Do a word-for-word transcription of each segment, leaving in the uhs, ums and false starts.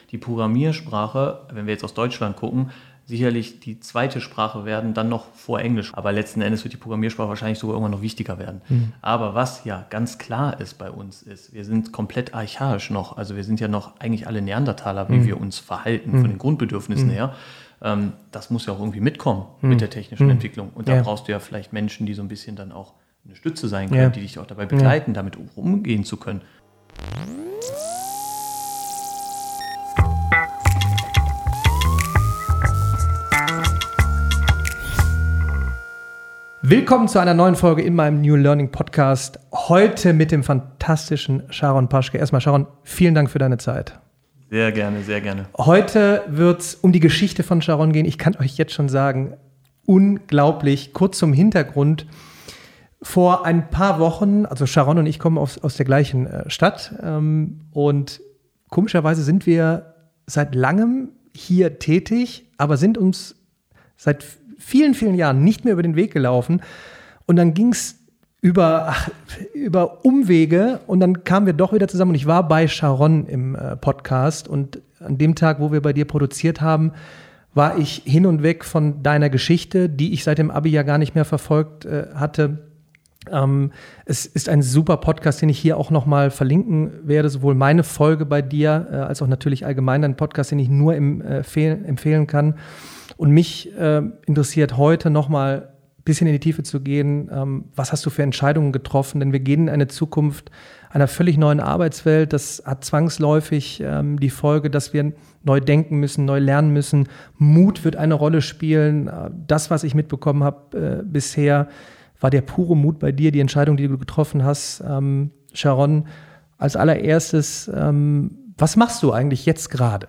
die Programmiersprache, wenn wir jetzt aus Deutschland gucken, sicherlich die zweite Sprache werden, dann noch vor Englisch. Aber letzten Endes wird die Programmiersprache wahrscheinlich sogar irgendwann noch wichtiger werden. Mhm. Aber was ja ganz klar ist bei uns, ist, wir sind komplett archaisch noch. Also wir sind ja noch eigentlich alle Neandertaler, wie mhm. wir uns verhalten, mhm. von den Grundbedürfnissen mhm. her. Ähm, das muss ja auch irgendwie mitkommen mhm. mit der technischen mhm. Entwicklung. Und da ja. brauchst du ja vielleicht Menschen, die so ein bisschen dann auch eine Stütze sein können, ja. die dich auch dabei begleiten, ja. damit umgehen zu können. Willkommen zu einer neuen Folge in meinem New Learning Podcast. Heute mit dem fantastischen Sharon Paschke. Erstmal, Sharon, vielen Dank für deine Zeit. Sehr gerne, sehr gerne. Heute wird es um die Geschichte von Sharon gehen. Ich kann euch jetzt schon sagen, unglaublich. Kurz zum Hintergrund. Vor ein paar Wochen, also Sharon und ich kommen aus, aus der gleichen äh, Stadt. Ähm, und komischerweise sind wir seit langem hier tätig, aber sind uns seit vielen, vielen Jahren nicht mehr über den Weg gelaufen. Und dann ging es über, über Umwege und dann kamen wir doch wieder zusammen. Und ich war bei Sharon im äh, Podcast und an dem Tag, wo wir bei dir produziert haben, war ich hin und weg von deiner Geschichte, die ich seit dem Abi ja gar nicht mehr verfolgt äh, hatte. Ähm, es ist ein super Podcast, den ich hier auch nochmal verlinken werde, sowohl meine Folge bei dir äh, als auch natürlich allgemein ein Podcast, den ich nur im, äh, fehl, empfehlen kann. Und mich äh, interessiert heute nochmal ein bisschen in die Tiefe zu gehen, ähm, was hast du für Entscheidungen getroffen? Denn wir gehen in eine Zukunft einer völlig neuen Arbeitswelt. Das hat zwangsläufig ähm, die Folge, dass wir neu denken müssen, neu lernen müssen. Mut wird eine Rolle spielen. Das, was ich mitbekommen habe äh, bisher, war der pure Mut bei dir, die Entscheidung, die du getroffen hast. Ähm, Sharon, als allererstes, ähm, was machst du eigentlich jetzt gerade?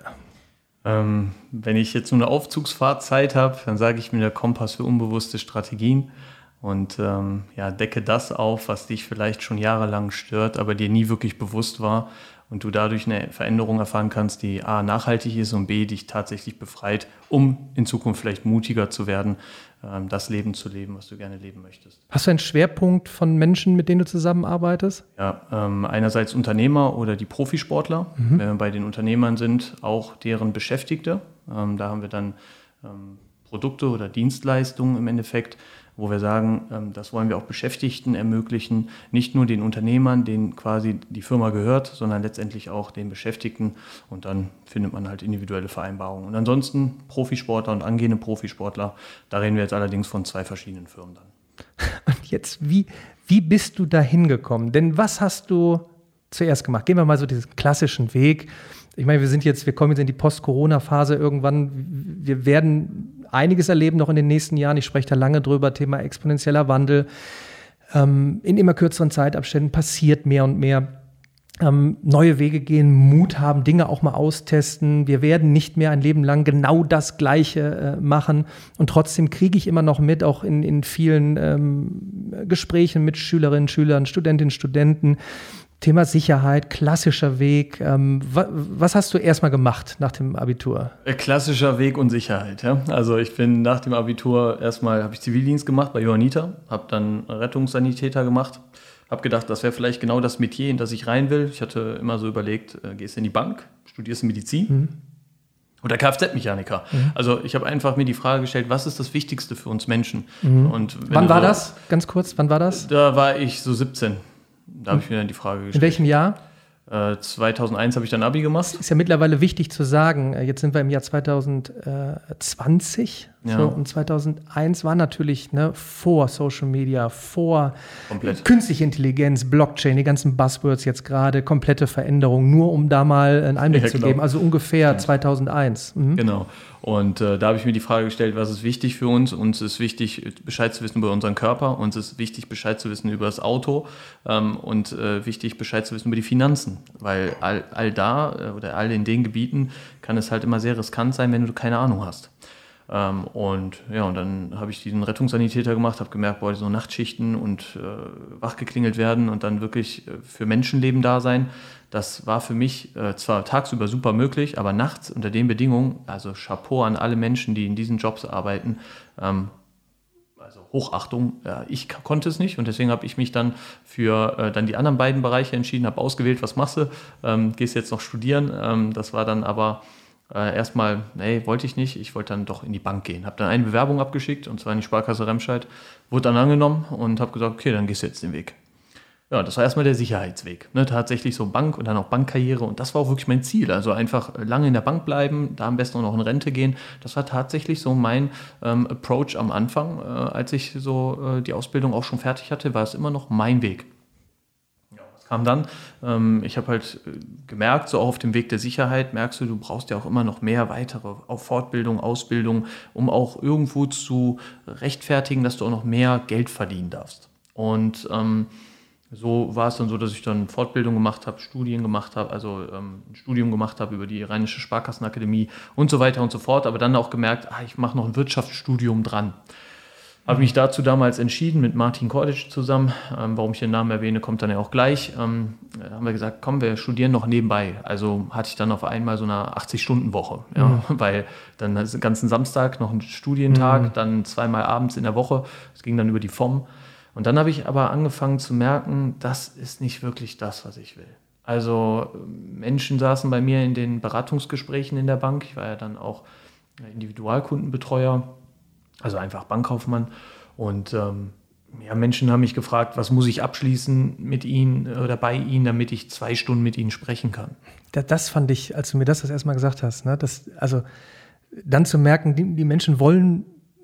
Ähm, wenn ich jetzt nur eine Aufzugsfahrzeit habe, dann sage ich mir der Kompass für unbewusste Strategien und ähm, ja, decke das auf, was dich vielleicht schon jahrelang stört, aber dir nie wirklich bewusst war und du dadurch eine Veränderung erfahren kannst, die A, nachhaltig ist und B, dich tatsächlich befreit, um in Zukunft vielleicht mutiger zu werden, ähm, das Leben zu leben, was du gerne leben möchtest. Hast du einen Schwerpunkt von Menschen, mit denen du zusammenarbeitest? Ja, ähm, einerseits Unternehmer oder die Profisportler. Mhm. Wenn wir bei den Unternehmern sind, auch deren Beschäftigte. Ähm, da haben wir dann ähm, Produkte oder Dienstleistungen im Endeffekt, wo wir sagen, ähm, das wollen wir auch Beschäftigten ermöglichen, nicht nur den Unternehmern, denen quasi die Firma gehört, sondern letztendlich auch den Beschäftigten und dann findet man halt individuelle Vereinbarungen. Und ansonsten Profisportler und angehende Profisportler, da reden wir jetzt allerdings von zwei verschiedenen Firmen dann. Und jetzt, wie, wie bist du da hingekommen? Denn was hast du zuerst gemacht? Gehen wir mal so diesen klassischen Weg. Ich meine, wir sind jetzt, wir kommen jetzt in die Post-Corona-Phase irgendwann. Wir werden einiges erleben noch in den nächsten Jahren. Ich spreche da lange drüber, Thema exponentieller Wandel. Ähm, in immer kürzeren Zeitabständen passiert mehr und mehr. Ähm, neue Wege gehen, Mut haben, Dinge auch mal austesten. Wir werden nicht mehr ein Leben lang genau das Gleiche äh, machen. Und trotzdem kriege ich immer noch mit, auch in, in vielen ähm, Gesprächen mit Schülerinnen, Schülern, Studentinnen, Studenten, Thema Sicherheit, klassischer Weg. Ähm, wa- was hast du erstmal gemacht nach dem Abitur? Klassischer Weg und Sicherheit. Ja? Also ich bin nach dem Abitur erstmal, habe ich Zivildienst gemacht bei Johanniter, habe dann Rettungssanitäter gemacht, habe gedacht, das wäre vielleicht genau das Metier, in das ich rein will. Ich hatte immer so überlegt, äh, gehst in die Bank, studierst Medizin mhm. oder Kfz-Mechaniker. Mhm. Also ich habe einfach mir die Frage gestellt, was ist das Wichtigste für uns Menschen? Mhm. Und wann war so, das? Ganz kurz, wann war das? Da war ich so siebzehn. Da habe ich mir dann die Frage gestellt. In welchem Jahr? Äh, zweitauseneins habe ich dann Abi gemacht. Das ist ja mittlerweile wichtig zu sagen. Jetzt sind wir im Jahr zwanzig zwanzig. Ja. So, und zweitausendeins war natürlich ne, vor Social Media, vor Komplett. Künstliche Intelligenz, Blockchain, die ganzen Buzzwords jetzt gerade, komplette Veränderung, nur um da mal einen Einblick ja, zu genau. geben. Also ungefähr Stimmt. zweitausendeins. Mhm. Genau. Und äh, da habe ich mir die Frage gestellt, was ist wichtig für uns? Uns ist wichtig, Bescheid zu wissen über unseren Körper. Uns ist wichtig, Bescheid zu wissen über das Auto. Ähm, und äh, wichtig, Bescheid zu wissen über die Finanzen. Weil all, all da äh, oder all in den Gebieten kann es halt immer sehr riskant sein, wenn du keine Ahnung hast. Ähm, und ja, und dann habe ich diesen Rettungssanitäter gemacht, habe gemerkt, boah, so Nachtschichten und äh, wachgeklingelt werden und dann wirklich äh, für Menschenleben da sein. Das war für mich äh, zwar tagsüber super möglich, aber nachts unter den Bedingungen, also Chapeau an alle Menschen, die in diesen Jobs arbeiten, ähm, also Hochachtung, ja, ich k- konnte es nicht und deswegen habe ich mich dann für äh, dann die anderen beiden Bereiche entschieden, habe ausgewählt, was machst du, ähm, gehst jetzt noch studieren, ähm, das war dann aber äh, erstmal, nee, wollte ich nicht, ich wollte dann doch in die Bank gehen, habe dann eine Bewerbung abgeschickt und zwar in die Sparkasse Remscheid, wurde dann angenommen und habe gesagt, okay, dann gehst du jetzt den Weg. Ja, das war erstmal der Sicherheitsweg. Ne? Tatsächlich so Bank und dann auch Bankkarriere. Und das war auch wirklich mein Ziel. Also einfach lange in der Bank bleiben, da am besten auch noch in Rente gehen. Das war tatsächlich so mein ähm, Approach am Anfang. Äh, als ich so äh, die Ausbildung auch schon fertig hatte, war es immer noch mein Weg. Ja, was kam dann? Ähm, ich habe halt äh, gemerkt, so auch auf dem Weg der Sicherheit, merkst du, du brauchst ja auch immer noch mehr weitere auf Fortbildung, Ausbildung, um auch irgendwo zu rechtfertigen, dass du auch noch mehr Geld verdienen darfst. Und ähm, so war es dann so, dass ich dann Fortbildung gemacht habe, Studien gemacht habe, also ähm, ein Studium gemacht habe über die Rheinische Sparkassenakademie und so weiter und so fort, aber dann auch gemerkt, ah, ich mache noch ein Wirtschaftsstudium dran. Habe mich dazu damals entschieden mit Martin Kordic zusammen, ähm, warum ich den Namen erwähne, kommt dann ja auch gleich, ähm, da haben wir gesagt, komm, wir studieren noch nebenbei. Also hatte ich dann auf einmal so eine achtzig-Stunden-Woche, ja, mhm. weil dann den ganzen Samstag noch ein Studientag, mhm. dann zweimal abends in der Woche, es ging dann über die F O M. Und dann habe ich aber angefangen zu merken, das ist nicht wirklich das, was ich will. Also Menschen saßen bei mir in den Beratungsgesprächen in der Bank. Ich war ja dann auch Individualkundenbetreuer, also einfach Bankkaufmann. Und ähm, ja, Menschen haben mich gefragt, was muss ich abschließen mit ihnen oder bei ihnen, damit ich zwei Stunden mit ihnen sprechen kann. Das fand ich, als du mir das das erste Mal gesagt hast, ne, das, also dann zu merken, die, die Menschen wollen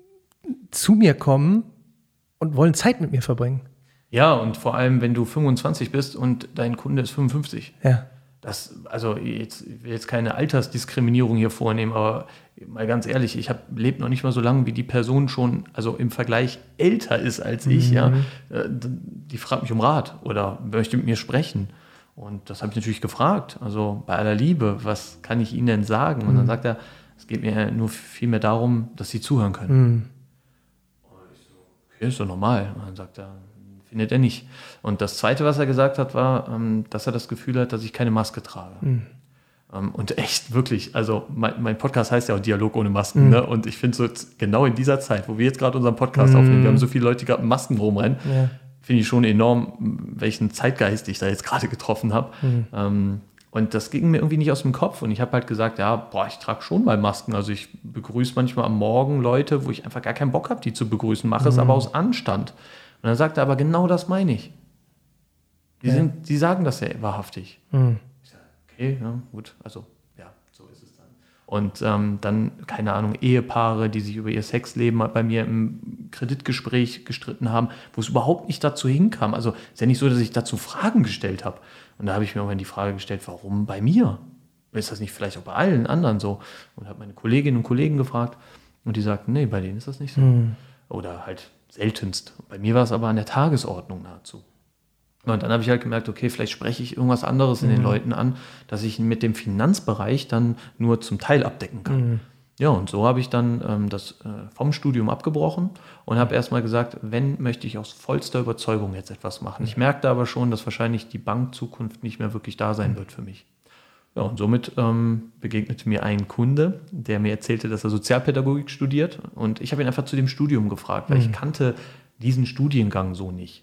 zu mir kommen, und wollen Zeit mit mir verbringen. Ja, und vor allem, wenn du fünfundzwanzig bist und dein Kunde ist fünfundfünfzig. Ja. Das, also jetzt, ich will jetzt keine Altersdiskriminierung hier vornehmen, aber mal ganz ehrlich, ich lebe noch nicht mal so lange, wie die Person schon, also im Vergleich älter ist als ich. Mhm. Ja, die fragt mich um Rat oder möchte mit mir sprechen. Und das habe ich natürlich gefragt. Also bei aller Liebe, was kann ich Ihnen denn sagen? Und mhm. dann sagt er, es geht mir nur viel mehr darum, dass Sie zuhören können. Mhm. Ist doch normal. Und dann sagt er, findet er nicht. Und das Zweite, was er gesagt hat, war, dass er das Gefühl hat, dass ich keine Maske trage. Mhm. Und echt, wirklich, also mein, mein Podcast heißt ja auch Dialog ohne Masken. Mhm. Ne? Und ich finde so jetzt genau in dieser Zeit, wo wir jetzt gerade unseren Podcast mhm. aufnehmen, wir haben so viele Leute, die gerade mit Masken rumrennen, ja. finde ich schon enorm, welchen Zeitgeist ich da jetzt gerade getroffen habe. Mhm. Ähm, Und das ging mir irgendwie nicht aus dem Kopf. Und ich habe halt gesagt, ja, boah, ich trage schon mal Masken. Also ich begrüße manchmal am Morgen Leute, wo ich einfach gar keinen Bock habe, die zu begrüßen, mache mhm. es aber aus Anstand. Und dann sagt er, aber genau das meine ich. Die, ja. sind, die sagen das ja wahrhaftig. Mhm. Ich sage, okay, ja, gut, also ja, so ist es dann. Und ähm, dann, keine Ahnung, Ehepaare, die sich über ihr Sexleben bei mir im Kreditgespräch gestritten haben, wo es überhaupt nicht dazu hinkam. Also es ist ja nicht so, dass ich dazu Fragen gestellt habe. Und da habe ich mir irgendwann die Frage gestellt, warum bei mir? Ist das nicht vielleicht auch bei allen anderen so? Und habe meine Kolleginnen und Kollegen gefragt und die sagten, nee, bei denen ist das nicht so. Mhm. Oder halt seltenst. Bei mir war es aber an der Tagesordnung nahezu. Und dann habe ich halt gemerkt, okay, vielleicht spreche ich irgendwas anderes mhm. in den Leuten an, dass ich mit dem Finanzbereich dann nur zum Teil abdecken kann. Mhm. Ja, und so habe ich dann ähm, das äh, vom Studium abgebrochen und habe erstmal gesagt, wenn, möchte ich aus vollster Überzeugung jetzt etwas machen. Ich merkte aber schon, dass wahrscheinlich die Bankzukunft nicht mehr wirklich da sein wird für mich. Ja, und somit ähm, begegnete mir ein Kunde, der mir erzählte, dass er Sozialpädagogik studiert. Und ich habe ihn einfach zu dem Studium gefragt, weil mhm. ich kannte diesen Studiengang so nicht.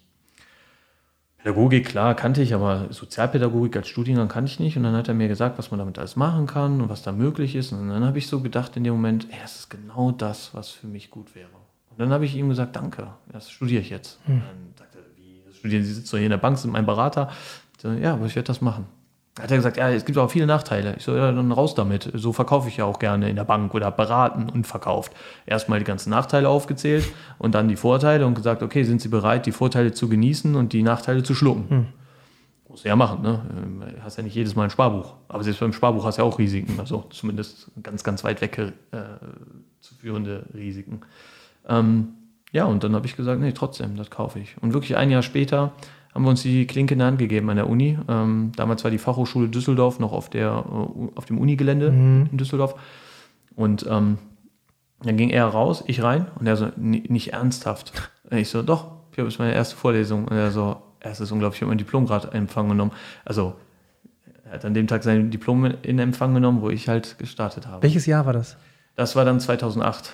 Pädagogik, klar, kannte ich, aber Sozialpädagogik als Studiengang kannte ich nicht. Und dann hat er mir gesagt, was man damit alles machen kann und was da möglich ist. Und dann habe ich so gedacht in dem Moment, ey, das ist genau das, was für mich gut wäre. Und dann habe ich ihm gesagt, danke, das studiere ich jetzt. Hm. Und dann sagte er, wie, das studieren Sie, sitzen doch hier in der Bank, sind mein Berater. Ich so, ja, aber ich werde das machen. Dann hat er gesagt, ja, es gibt auch viele Nachteile. Ich so, ja, dann raus damit. So verkaufe ich ja auch gerne in der Bank oder beraten und verkauft. Erstmal die ganzen Nachteile aufgezählt und dann die Vorteile und gesagt, okay, sind Sie bereit, die Vorteile zu genießen und die Nachteile zu schlucken? Hm. Musst du ja machen, ne? Du hast ja nicht jedes Mal ein Sparbuch. Aber selbst beim Sparbuch hast du ja auch Risiken. Also zumindest ganz, ganz weit weg äh, zu führende Risiken. Ähm, ja, und dann habe ich gesagt, nee, trotzdem, das kaufe ich. Und wirklich ein Jahr später haben wir uns die Klinke in die Hand gegeben an der Uni. Ähm, damals war die Fachhochschule Düsseldorf noch auf, der, äh, auf dem Unigelände mhm. in Düsseldorf. Und ähm, dann ging er raus, ich rein und er so, nicht ernsthaft. Und ich so, doch, hier ist meine erste Vorlesung. Und er so, es ist unglaublich, ich habe mein Diplom gerade in Empfang genommen. Also er hat an dem Tag sein Diplom in Empfang genommen, wo ich halt gestartet habe. Welches Jahr war das? Das war dann zweitausendacht.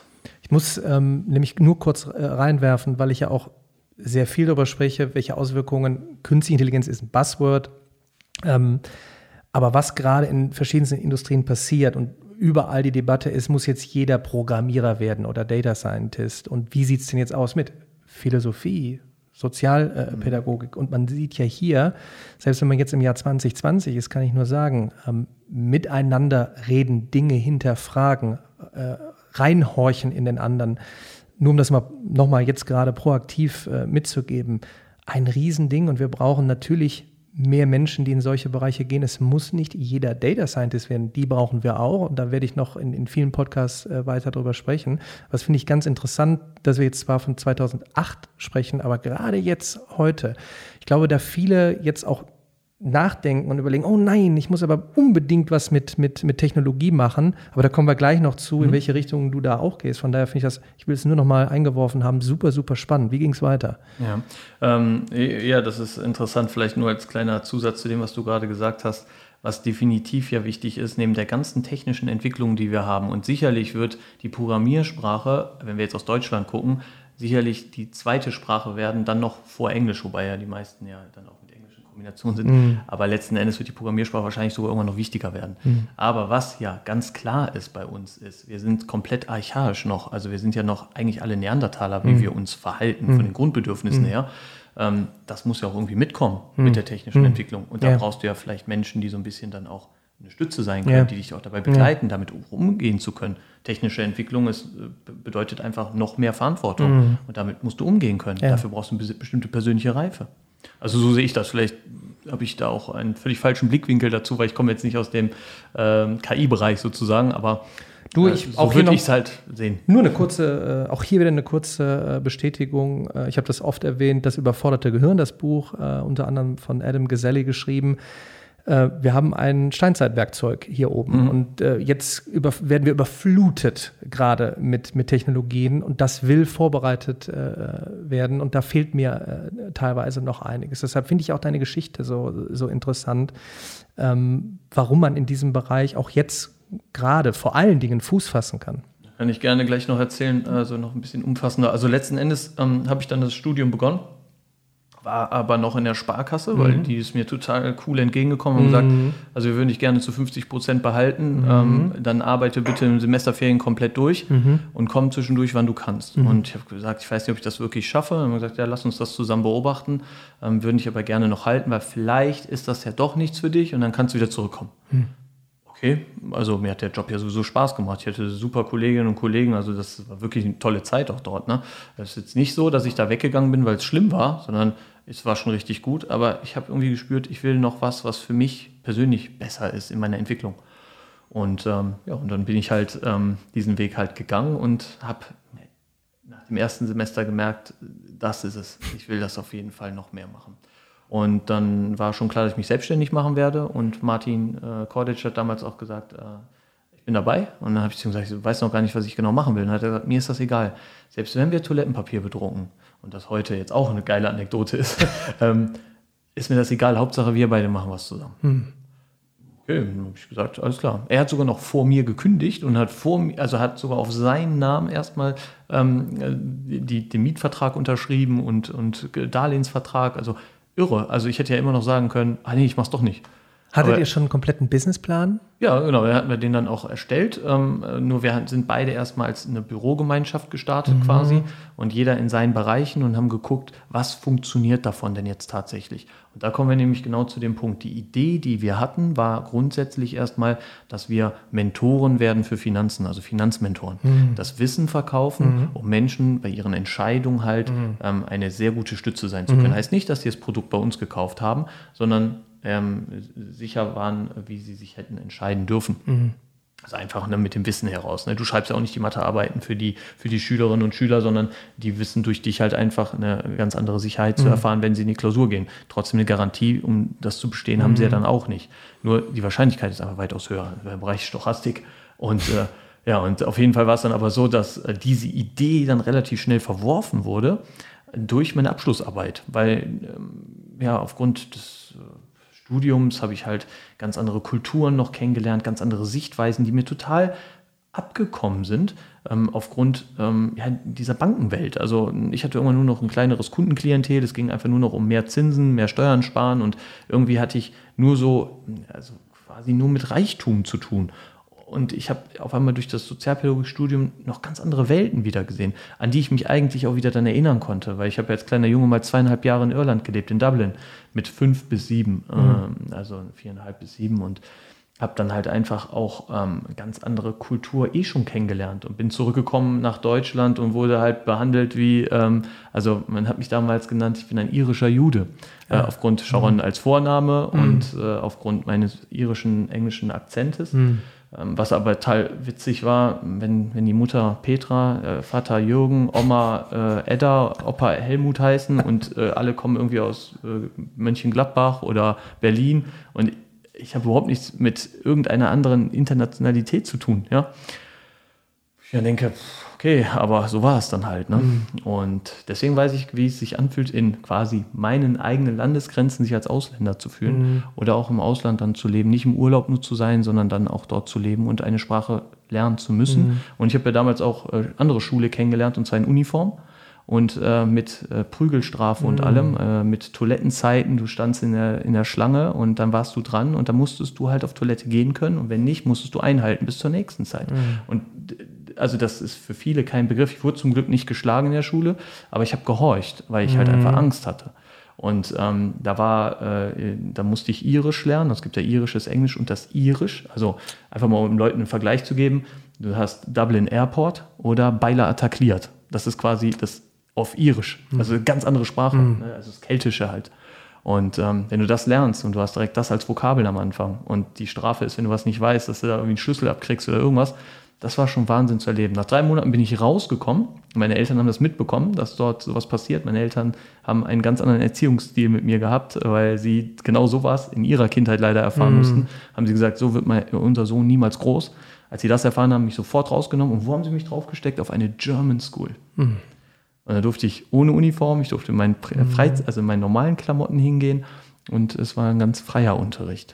Ich muss ähm, nämlich nur kurz äh, reinwerfen, weil ich ja auch sehr viel darüber spreche, welche Auswirkungen künstliche Intelligenz ist, ein Buzzword. Ähm, aber was gerade in verschiedensten Industrien passiert und überall die Debatte ist, muss jetzt jeder Programmierer werden oder Data Scientist. Und wie sieht es denn jetzt aus mit Philosophie, Sozialpädagogik? Und man sieht ja hier, selbst wenn man jetzt im Jahr zwanzig zwanzig ist, kann ich nur sagen, ähm, miteinander reden, Dinge hinterfragen, äh, reinhorchen in den anderen. Nur um das mal nochmal jetzt gerade proaktiv äh, mitzugeben, ein Riesending und wir brauchen natürlich mehr Menschen, die in solche Bereiche gehen. Es muss nicht jeder Data Scientist werden, die brauchen wir auch und da werde ich noch in, in vielen Podcasts äh, weiter drüber sprechen. Was finde ich ganz interessant, dass wir jetzt zwar von zweitausendacht sprechen, aber gerade jetzt heute, ich glaube, da viele jetzt auch nachdenken und überlegen, oh nein, ich muss aber unbedingt was mit, mit, mit Technologie machen, aber da kommen wir gleich noch zu, in welche Richtung du da auch gehst. Von daher finde ich das, ich will es nur noch mal eingeworfen haben, super, super spannend. Wie ging es weiter? Ja. Ähm, ja, das ist interessant, vielleicht nur als kleiner Zusatz zu dem, was du gerade gesagt hast, was definitiv ja wichtig ist, neben der ganzen technischen Entwicklung, die wir haben. Und sicherlich wird die Programmiersprache, wenn wir jetzt aus Deutschland gucken, sicherlich die zweite Sprache werden, dann noch vor Englisch, wobei ja die meisten ja dann auch mit englischen Kombinationen sind. Mhm. Aber letzten Endes wird die Programmiersprache wahrscheinlich sogar irgendwann noch wichtiger werden. Mhm. Aber was ja ganz klar ist bei uns, ist, wir sind komplett archaisch noch. Also wir sind ja noch eigentlich alle Neandertaler, wie mhm. wir uns verhalten, mhm. von den Grundbedürfnissen mhm. her. Ähm, das muss ja auch irgendwie mitkommen mhm. mit der technischen mhm. Entwicklung. Und da ja. brauchst du ja vielleicht Menschen, die so ein bisschen dann auch eine Stütze sein können, ja. die dich auch dabei begleiten, ja. damit umgehen zu können. Technische Entwicklung ist, bedeutet einfach noch mehr Verantwortung mhm. und damit musst du umgehen können. Ja. Dafür brauchst du eine bestimmte persönliche Reife. Also so sehe ich das. Vielleicht habe ich da auch einen völlig falschen Blickwinkel dazu, weil ich komme jetzt nicht aus dem ähm, K I-Bereich sozusagen, aber du, ich, äh, so auch würde ich es halt sehen. Nur eine kurze, äh, auch hier wieder eine kurze äh, Bestätigung. Äh, ich habe das oft erwähnt, das überforderte Gehirn, das Buch, äh, unter anderem von Adam Gazelli geschrieben. Wir haben ein Steinzeitwerkzeug hier oben mhm. und äh, jetzt über, werden wir überflutet gerade mit, mit Technologien und das will vorbereitet äh, werden und da fehlt mir äh, teilweise noch einiges. Deshalb finde ich auch deine Geschichte so, so interessant, ähm, warum man in diesem Bereich auch jetzt gerade vor allen Dingen Fuß fassen kann. Kann ich gerne gleich noch erzählen, also noch ein bisschen umfassender. Also letzten Endes ähm, habe ich dann das Studium begonnen. War aber noch in der Sparkasse, mhm. weil die ist mir total cool entgegengekommen und mhm. gesagt, also wir würden dich gerne zu fünfzig Prozent behalten, mhm. ähm, dann arbeite bitte im Semesterferien komplett durch mhm. und komm zwischendurch, wann du kannst. Mhm. Und ich habe gesagt, ich weiß nicht, ob ich das wirklich schaffe. Und dann haben wir gesagt, ja, lass uns das zusammen beobachten, ähm, würden dich aber gerne noch halten, weil vielleicht ist das ja doch nichts für dich und dann kannst du wieder zurückkommen. Mhm. Okay, also mir hat der Job ja sowieso Spaß gemacht. Ich hatte super Kolleginnen und Kollegen, also das war wirklich eine tolle Zeit auch dort. Ne? Es ist jetzt nicht so, dass ich da weggegangen bin, weil es schlimm war, sondern es war schon richtig gut. Aber ich habe irgendwie gespürt, ich will noch was, was für mich persönlich besser ist in meiner Entwicklung. Und, ähm, ja, und dann bin ich halt ähm, diesen Weg halt gegangen und habe nach dem ersten Semester gemerkt, das ist es. Ich will das auf jeden Fall noch mehr machen. Und dann war schon klar, dass ich mich selbstständig machen werde. Und Martin äh, Korditsch hat damals auch gesagt, äh, ich bin dabei. Und dann habe ich zu ihm gesagt, ich weiß noch gar nicht, was ich genau machen will. Und dann hat er gesagt, mir ist das egal. Selbst wenn wir Toilettenpapier bedrucken, und das heute jetzt auch eine geile Anekdote ist, ähm, ist mir das egal. Hauptsache, wir beide machen was zusammen. Hm. Okay, dann habe ich gesagt, alles klar. Er hat sogar noch vor mir gekündigt und hat vor mir, also hat sogar auf seinen Namen erstmal ähm, die, den Mietvertrag unterschrieben und, und Darlehensvertrag. Also irre. Also ich hätte ja immer noch sagen können, ah nee, ich mach's doch nicht. Hattet Aber, ihr schon einen kompletten Businessplan? Ja, genau. Wir hatten den dann auch erstellt. Ähm, nur wir sind beide erstmal als eine Bürogemeinschaft gestartet mhm. quasi und jeder in seinen Bereichen und haben geguckt, was funktioniert davon denn jetzt tatsächlich. Und da kommen wir nämlich genau zu dem Punkt. Die Idee, die wir hatten, war grundsätzlich erstmal, dass wir Mentoren werden für Finanzen, also Finanzmentoren. Mhm. Das Wissen verkaufen, mhm. um Menschen bei ihren Entscheidungen halt mhm. ähm, eine sehr gute Stütze sein zu können. Mhm. Heißt nicht, dass die das Produkt bei uns gekauft haben, sondern Ähm, sicher waren, wie sie sich hätten entscheiden dürfen. Mhm. Also einfach ne, mit dem Wissen heraus. Ne? Du schreibst ja auch nicht die Mathearbeiten für die, für die Schülerinnen und Schüler, sondern die wissen durch dich halt einfach eine ganz andere Sicherheit mhm. zu erfahren, wenn sie in die Klausur gehen. Trotzdem eine Garantie, um das zu bestehen, mhm. haben sie ja dann auch nicht. Nur die Wahrscheinlichkeit ist aber weitaus höher im Bereich Stochastik. Und äh, ja, und auf jeden Fall war es dann aber so, dass äh, diese Idee dann relativ schnell verworfen wurde durch meine Abschlussarbeit, weil ähm, ja aufgrund des äh, Studiums habe ich halt ganz andere Kulturen noch kennengelernt, ganz andere Sichtweisen, die mir total abgekommen sind ähm, aufgrund ähm, ja, dieser Bankenwelt. Also ich hatte irgendwann nur noch ein kleineres Kundenklientel, es ging einfach nur noch um mehr Zinsen, mehr Steuern sparen und irgendwie hatte ich nur so, also quasi nur mit Reichtum zu tun. Und ich habe auf einmal durch das Sozialpädagogikstudium noch ganz andere Welten wieder gesehen, an die ich mich eigentlich auch wieder dann erinnern konnte, weil ich habe als kleiner Junge mal zweieinhalb Jahre in Irland gelebt, in Dublin, mit fünf bis sieben, mhm. ähm, also viereinhalb bis sieben und habe dann halt einfach auch ähm, ganz andere Kultur eh schon kennengelernt und bin zurückgekommen nach Deutschland und wurde halt behandelt wie, ähm, also man hat mich damals genannt, ich bin ein irischer Jude, ja. äh, aufgrund Sharon mhm. als Vorname mhm. und äh, aufgrund meines irischen, englischen Akzentes. Mhm. Ähm, was aber total witzig war, wenn, wenn die Mutter Petra, äh, Vater Jürgen, Oma äh, Edda, Opa Helmut heißen und äh, alle kommen irgendwie aus äh, Mönchengladbach oder Berlin und ich habe überhaupt nichts mit irgendeiner anderen Internationalität zu tun, ja. Ich denke, okay, aber so war es dann halt, ne? Mhm. Und deswegen weiß ich, wie es sich anfühlt, in quasi meinen eigenen Landesgrenzen sich als Ausländer zu fühlen mhm. oder auch im Ausland dann zu leben, nicht im Urlaub nur zu sein, sondern dann auch dort zu leben und eine Sprache lernen zu müssen. Mhm. Und ich habe ja damals auch äh, andere Schule kennengelernt, und zwar in Uniform. Und äh, mit äh, Prügelstrafe und mm. allem, äh, mit Toilettenzeiten, du standst in der, in der Schlange und dann warst du dran und dann musstest du halt auf Toilette gehen können und wenn nicht, musstest du einhalten bis zur nächsten Zeit. Mm. Und also das ist für viele kein Begriff. Ich wurde zum Glück nicht geschlagen in der Schule, aber ich habe gehorcht, weil ich mm. halt einfach Angst hatte. Und ähm, da war, äh, da musste ich Irisch lernen. Es gibt ja irisches Englisch und das Irisch. Also einfach mal, um Leuten einen Vergleich zu geben. Du hast Dublin Airport oder Beiler attackiert. Das ist quasi das auf Irisch, also eine ganz andere Sprache, mhm. ne? Also das Keltische halt. Und ähm, wenn du das lernst und du hast direkt das als Vokabel am Anfang und die Strafe ist, wenn du was nicht weißt, dass du da irgendwie einen Schlüssel abkriegst oder irgendwas, das war schon Wahnsinn zu erleben. Nach drei Monaten bin ich rausgekommen. Meine Eltern haben das mitbekommen, dass dort sowas passiert. Meine Eltern haben einen ganz anderen Erziehungsstil mit mir gehabt, weil sie genau sowas in ihrer Kindheit leider erfahren mhm. mussten. Haben sie gesagt, so wird mein, unser Sohn niemals groß. Als sie das erfahren haben, mich sofort rausgenommen. Und wo haben sie mich draufgesteckt? Auf eine German School. Mhm. Und da durfte ich ohne Uniform, ich durfte in meinen, Freiz- also in meinen normalen Klamotten hingehen und es war ein ganz freier Unterricht.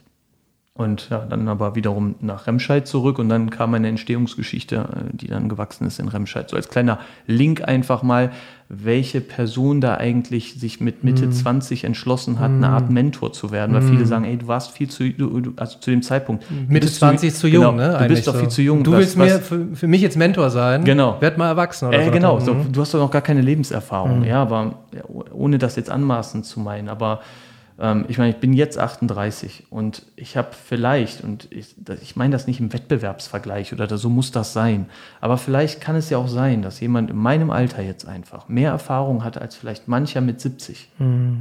Und ja, dann aber wiederum nach Remscheid zurück und dann kam eine Entstehungsgeschichte, die dann gewachsen ist in Remscheid. So als kleiner Link einfach mal, welche Person da eigentlich sich mit Mitte mm. zwanzig entschlossen hat, mm. eine Art Mentor zu werden. Weil mm. viele sagen, ey, du warst viel zu, du, also zu dem Zeitpunkt. Mitte zwanzig ist zu jung, genau, ne? Du bist doch so. viel zu jung. Du was, willst mir für, für mich jetzt Mentor sein. Genau. Werd mal erwachsen oder äh, so. Genau, so, du hast doch noch gar keine Lebenserfahrung. Mm. Ja, aber ja, ohne das jetzt anmaßend zu meinen, aber ich meine, ich bin jetzt achtunddreißig und ich habe vielleicht, und ich, ich meine das nicht im Wettbewerbsvergleich oder so muss das sein, aber vielleicht kann es ja auch sein, dass jemand in meinem Alter jetzt einfach mehr Erfahrung hat als vielleicht mancher mit siebzig. Mhm.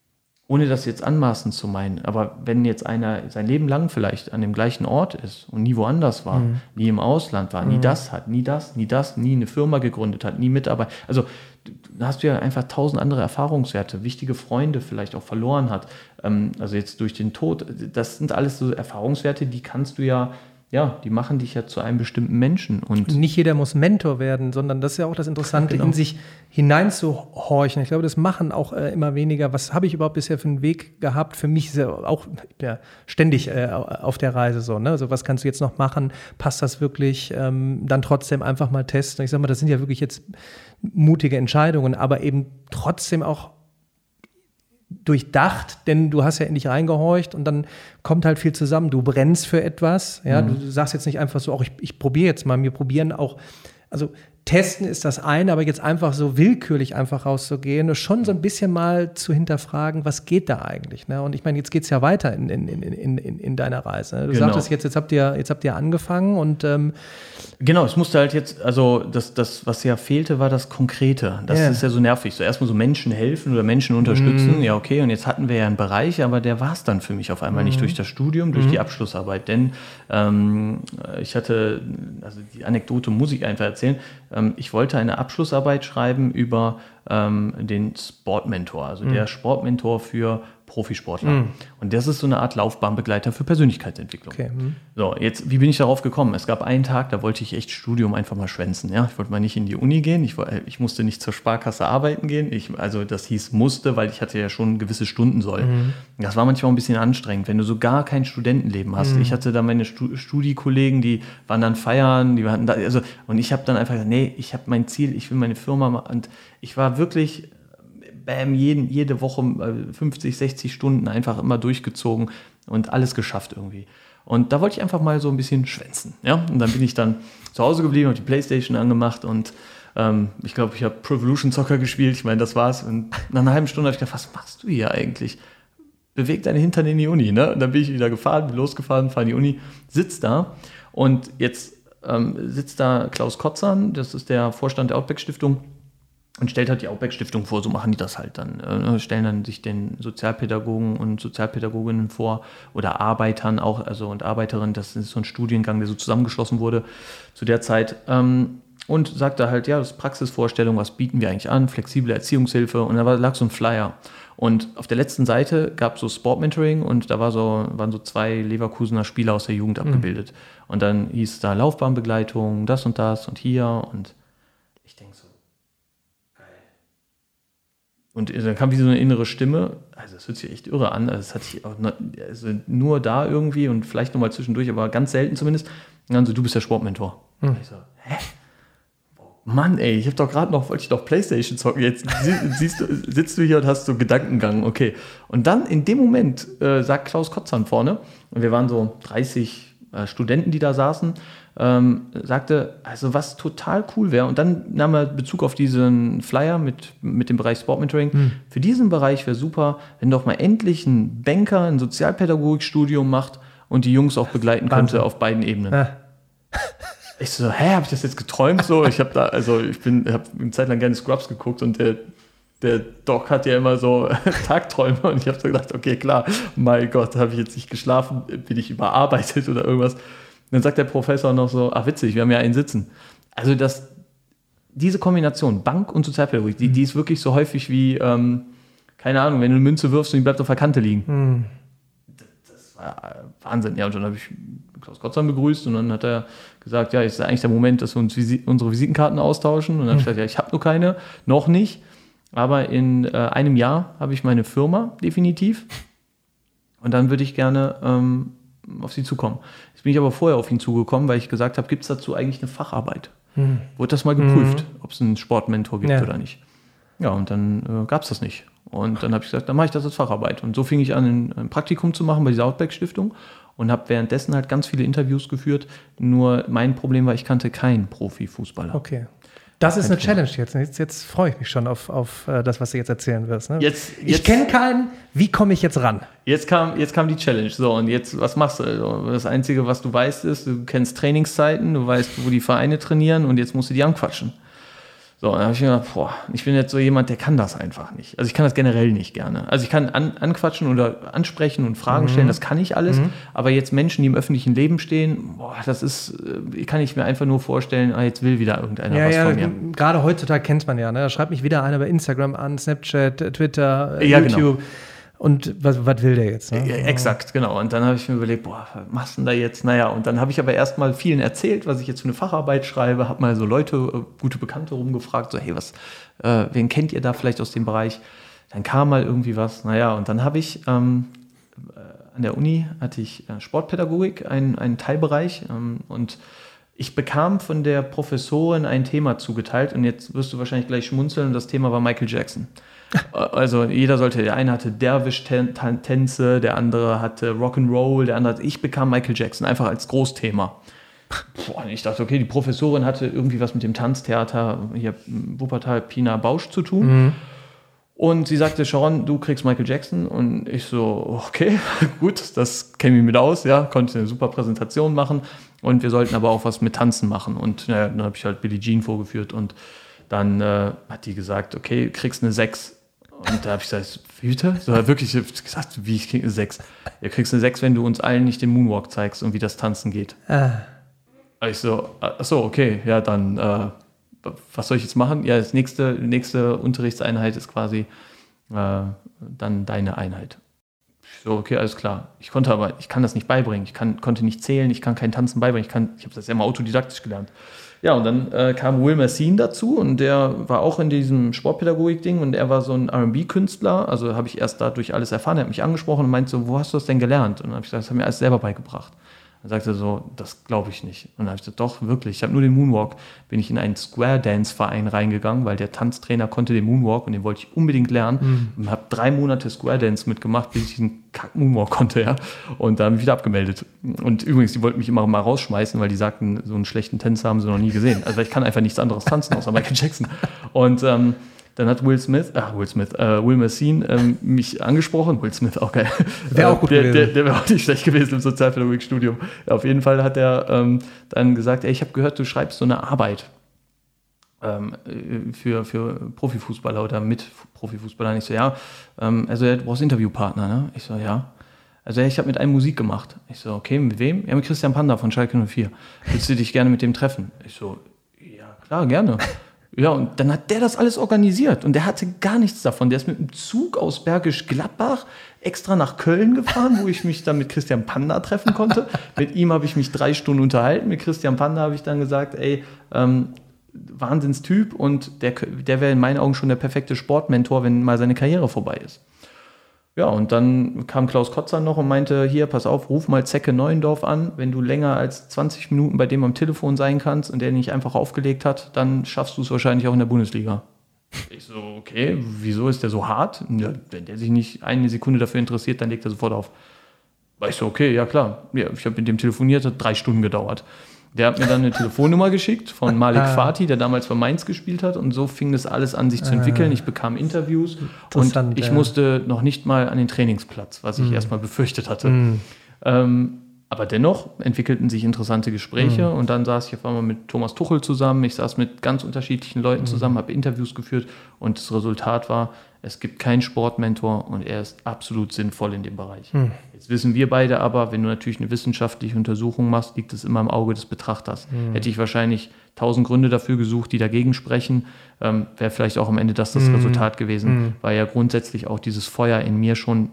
Ohne das jetzt anmaßend zu meinen, aber wenn jetzt einer sein Leben lang vielleicht an dem gleichen Ort ist und nie woanders war, mhm. nie im Ausland war, mhm. nie das hat, nie das, nie das, nie eine Firma gegründet hat, nie Mitarbeiter, also da hast du ja einfach tausend andere Erfahrungswerte, wichtige Freunde vielleicht auch verloren hat, ähm, also jetzt durch den Tod, das sind alles so Erfahrungswerte, die kannst du ja, ja, die machen dich ja zu einem bestimmten Menschen. Und nicht jeder muss Mentor werden, sondern das ist ja auch das Interessante, genau. in sich hineinzuhorchen. Ich glaube, das machen auch äh, immer weniger. Was habe ich überhaupt bisher für einen Weg gehabt? Für mich ist ja auch ja, ständig äh, auf der Reise so. Ne? Also was kannst du jetzt noch machen? Passt das wirklich? Ähm, dann trotzdem einfach mal testen. Ich sage mal, das sind ja wirklich jetzt mutige Entscheidungen, aber eben trotzdem auch durchdacht, denn du hast ja in dich reingehorcht und dann kommt halt viel zusammen. Du brennst für etwas, ja, mhm. du sagst jetzt nicht einfach so, auch ich, ich probiere jetzt mal, wir probieren auch, also testen ist das eine, aber jetzt einfach so willkürlich einfach rauszugehen, schon so ein bisschen mal zu hinterfragen, was geht da eigentlich, ne? Und ich meine, jetzt geht's ja weiter in, in, in, in, in deiner Reise, ne? Du genau. sagtest jetzt, jetzt habt ihr, jetzt habt ihr angefangen und ähm genau, es musste halt jetzt, also das, das, was ja fehlte, war das Konkrete. Das yeah. ist ja so nervig. So erstmal so Menschen helfen oder Menschen unterstützen, mm. ja okay, und jetzt hatten wir ja einen Bereich, aber der war es dann für mich auf einmal mm. nicht durch das Studium, durch mm. die Abschlussarbeit, denn ähm, ich hatte, also die Anekdote muss ich einfach erzählen, ich wollte eine Abschlussarbeit schreiben über ähm, den Sportmentor, also mhm. der Sportmentor für Profisportler. Mhm. Und das ist so eine Art Laufbahnbegleiter für Persönlichkeitsentwicklung. Okay. Mhm. So, jetzt, wie bin ich darauf gekommen? Es gab einen Tag, da wollte ich echt Studium einfach mal schwänzen. Ja? Ich wollte mal nicht in die Uni gehen, ich, ich musste nicht zur Sparkasse arbeiten gehen. Ich, also das hieß musste, weil ich hatte ja schon gewisse Stunden soll. Mhm. Das war manchmal ein bisschen anstrengend, wenn du so gar kein Studentenleben hast. Mhm. Ich hatte da meine Studi-Kollegen, die waren dann feiern, die hatten da, also, und ich habe dann einfach gesagt, nee, ich habe mein Ziel, ich will meine Firma machen. Und ich war wirklich... Bam, jeden, jede Woche fünfzig, sechzig Stunden einfach immer durchgezogen und alles geschafft irgendwie. Und da wollte ich einfach mal so ein bisschen schwänzen. Ja? Und dann bin ich dann zu Hause geblieben, habe die Playstation angemacht und ähm, ich glaube, ich habe Pro Evolution Soccer gespielt. Ich meine, das war's. Und nach einer halben Stunde habe ich gedacht, was machst du hier eigentlich? Beweg deine Hintern in die Uni. Ne? Und dann bin ich wieder gefahren, bin losgefahren, fahre in die Uni, sitz da und jetzt ähm, sitzt da Klaus Kotzan, das ist der Vorstand der Outback Stiftung, und stellt halt die Outback Stiftung vor, so machen die das halt dann. Äh, stellen dann sich den Sozialpädagogen und Sozialpädagoginnen vor oder Arbeitern auch, also und Arbeiterinnen, das ist so ein Studiengang, der so zusammengeschlossen wurde zu der Zeit. Ähm, und sagte halt, ja, das ist Praxisvorstellung, was bieten wir eigentlich an, flexible Erziehungshilfe, und da war, lag so ein Flyer. Und auf der letzten Seite gab es so Sportmentoring und da war so, waren so zwei Leverkusener Spieler aus der Jugend mhm. abgebildet. Und dann hieß es da Laufbahnbegleitung, das und das und hier, und ich denke so, und dann kam wie so eine innere Stimme, also das hört sich echt irre an, also das hatte ich auch noch, also nur da irgendwie und vielleicht nochmal zwischendurch, aber ganz selten zumindest. Und dann so, du bist der Sportmentor. Hm. Und ich so, hä? Mann, ey, ich hab doch gerade noch, wollte ich doch Playstation zocken, jetzt siehst du, sitzt du hier und hast so Gedankengang, okay. Und dann in dem Moment äh, sagt Klaus Kotzan vorne, und wir waren so dreißig äh, Studenten, die da saßen, Ähm, sagte, also was total cool wäre, und dann nahm er Bezug auf diesen Flyer mit, mit dem Bereich Sportmentoring. Hm. Für diesen Bereich wäre super, wenn doch mal endlich ein Banker ein Sozialpädagogikstudium macht und die Jungs auch begleiten könnte auf beiden Ebenen. Ja. Ich so, hä, habe ich das jetzt geträumt? So, ich habe da, also ich bin, habe eine Zeit lang gerne Scrubs geguckt und der Der Doc hat ja immer so Tagträume, und ich habe so gedacht, okay, klar, mein Gott, habe ich jetzt nicht geschlafen, bin ich überarbeitet oder irgendwas. Dann sagt der Professor noch so, ach witzig, wir haben ja einen sitzen. Also das, diese Kombination, Bank und Sozialpädagogik, die, die ist wirklich so häufig wie, ähm, keine Ahnung, wenn du eine Münze wirfst und die bleibt auf der Kante liegen. Mhm. Das, das war Wahnsinn. Ja, und dann habe ich Klaus Kotzan begrüßt und dann hat er gesagt, ja, jetzt ist eigentlich der Moment, dass wir uns Visi- unsere Visitenkarten austauschen. Und dann habe ich gesagt, ja, ich habe nur keine, noch nicht. Aber in äh, einem Jahr habe ich meine Firma, definitiv. Und dann würde ich gerne ähm, auf Sie zukommen. Jetzt bin ich aber vorher auf ihn zugekommen, weil ich gesagt habe, gibt es dazu eigentlich eine Facharbeit? Hm. Wurde das mal geprüft, hm. ob es einen Sportmentor gibt ja. oder nicht? Ja, und dann äh, gab es das nicht. Und dann habe ich gesagt, dann mache ich das als Facharbeit. Und so fing ich an, ein, ein Praktikum zu machen bei dieser Outback Stiftung und habe währenddessen halt ganz viele Interviews geführt. Nur mein Problem war, ich kannte keinen Profifußballer. Okay. Das ist eine Challenge jetzt. Jetzt, jetzt freue ich mich schon auf, auf uh, das, was du jetzt erzählen wirst. Ne? Jetzt, ich jetzt, kenne keinen. Wie komme ich jetzt ran? Jetzt kam, jetzt kam die Challenge. So, und jetzt, was machst du? Das Einzige, was du weißt, ist, du kennst Trainingszeiten, du weißt, wo die Vereine trainieren, und jetzt musst du die anquatschen. So, dann habe ich mir gedacht, boah, ich bin jetzt so jemand, der kann das einfach nicht. Also ich kann das generell nicht gerne. Also ich kann an, anquatschen oder ansprechen und Fragen mhm. stellen, das kann ich alles. Mhm. Aber jetzt Menschen, die im öffentlichen Leben stehen, boah, das ist, kann ich mir einfach nur vorstellen, ah, jetzt will wieder irgendeiner ja, was ja, von mir. Gerade heutzutage kennt man ja, ne? Da schreibt mich wieder einer bei Instagram an, Snapchat, Twitter, ja, YouTube. Genau. Und was, was will der jetzt? Ne? Ja, exakt, genau. Und dann habe ich mir überlegt, boah, was machst du denn da jetzt? Naja, und dann habe ich aber erst mal vielen erzählt, was ich jetzt für eine Facharbeit schreibe, habe mal so Leute, gute Bekannte rumgefragt, so, hey, was, äh, wen kennt ihr da vielleicht aus dem Bereich? Dann kam mal irgendwie was, naja, und dann habe ich ähm, an der Uni hatte ich äh, Sportpädagogik, einen, einen Teilbereich, ähm, und ich bekam von der Professorin ein Thema zugeteilt, und jetzt wirst du wahrscheinlich gleich schmunzeln, und das Thema war Michael Jackson. Also jeder sollte, der eine hatte Derwisch-Tänze, der andere hatte Rock'n'Roll, der andere hatte, ich bekam Michael Jackson, einfach als Großthema. Boah, und ich dachte, okay, die Professorin hatte irgendwie was mit dem Tanztheater hier Wuppertal Pina Bausch zu tun. Mhm. Und sie sagte, Sharon, du kriegst Michael Jackson. Und ich so, okay, gut, das kenne ich mit aus, ja, konnte eine super Präsentation machen. Und wir sollten aber auch was mit Tanzen machen. Und naja, dann habe ich halt Billie Jean vorgeführt, und dann äh, hat die gesagt, okay, kriegst eine sechs. Und da habe ich gesagt, wie bitte? So, wirklich ich hab gesagt, wie, ich krieg eine sechs. Ja, kriegst eine sechs, wenn du uns allen nicht den Moonwalk zeigst und wie das Tanzen geht. Ah. Ich so, ach so, okay, ja, dann, äh, was soll ich jetzt machen? Ja, das nächste, nächste Unterrichtseinheit ist quasi äh, dann deine Einheit. so, okay, alles klar. Ich konnte aber, ich kann das nicht beibringen. Ich kann, konnte nicht zählen, ich kann kein Tanzen beibringen. Ich, kann, ich habe das ja mal autodidaktisch gelernt. Ja, und dann äh, kam Will Messine dazu und der war auch in diesem Sportpädagogik-Ding und er war so ein R and B-Künstler. Also habe ich erst dadurch alles erfahren. Er hat mich angesprochen und meinte so, wo hast du das denn gelernt? Und dann habe ich gesagt, das hat mir alles selber beigebracht. Dann sagte er so, das glaube ich nicht. Und dann habe ich gesagt, doch, wirklich. Ich habe nur den Moonwalk. Bin ich in einen Square-Dance-Verein reingegangen, weil der Tanztrainer konnte den Moonwalk und den wollte ich unbedingt lernen. Mhm. Und habe drei Monate Square-Dance mitgemacht, bis ich diesen Kack-Moonwalk konnte. Ja. Und da habe ich wieder abgemeldet. Und übrigens, die wollten mich immer mal rausschmeißen, weil die sagten, so einen schlechten Tänzer haben sie noch nie gesehen. Also ich kann einfach nichts anderes tanzen, außer Michael Jackson. Und ähm, dann hat Will Smith, ach Will Smith, äh, Will Messine ähm, mich angesprochen. Will Smith auch geil. Wäre auch gut der, gewesen. Der, der wäre auch nicht schlecht gewesen im Sozialpädagogikstudium. Ja, auf jeden Fall hat er ähm, dann gesagt, ey, ich habe gehört, du schreibst so eine Arbeit ähm, für, für Profifußballer oder mit Profifußballern. Ich so, ja, ähm, also du brauchst Interviewpartner, ne? Ich so, ja. Also ich habe mit einem Musik gemacht. Ich so, okay, mit wem? Ja, mit Christian Panda von Schalke null vier. Willst du dich gerne mit dem treffen? Ich so, ja, klar, gerne. Ja, und dann hat der das alles organisiert und der hatte gar nichts davon. Der ist mit dem Zug aus Bergisch Gladbach extra nach Köln gefahren, wo ich mich dann mit Christian Panda treffen konnte. Mit ihm habe ich mich drei Stunden unterhalten. Mit Christian Panda habe ich dann gesagt, ey, ähm, Wahnsinnstyp und der, der wäre in meinen Augen schon der perfekte Sportmentor, wenn mal seine Karriere vorbei ist. Ja, und dann kam Klaus Kotzer noch und meinte, hier, pass auf, ruf mal Zecke Neuendorf an. Wenn du länger als zwanzig Minuten bei dem am Telefon sein kannst und der nicht einfach aufgelegt hat, dann schaffst du es wahrscheinlich auch in der Bundesliga. Ich so, okay, wieso ist der so hart? Ja, wenn der sich nicht eine Sekunde dafür interessiert, dann legt er sofort auf. War ich so, okay, ja klar. Ja, ich habe mit dem telefoniert, hat drei Stunden gedauert. Der hat mir dann eine Telefonnummer geschickt von Malik Fatih, der damals bei Mainz gespielt hat. Und so fing das alles an, sich zu entwickeln. Ich bekam Interviews und ich ja. musste noch nicht mal an den Trainingsplatz, was ich mm. erstmal befürchtet hatte. Mm. Ähm, aber dennoch entwickelten sich interessante Gespräche. Mm. Und dann saß ich auf einmal mit Thomas Tuchel zusammen. Ich saß mit ganz unterschiedlichen Leuten mm. zusammen, habe Interviews geführt. Und das Resultat war, es gibt keinen Sportmentor und er ist absolut sinnvoll in dem Bereich. Hm. Jetzt wissen wir beide aber, wenn du natürlich eine wissenschaftliche Untersuchung machst, liegt es immer im Auge des Betrachters. Hm. Hätte ich wahrscheinlich tausend Gründe dafür gesucht, die dagegen sprechen, ähm, wäre vielleicht auch am Ende das das hm. Resultat gewesen, hm. weil ja grundsätzlich auch dieses Feuer in mir schon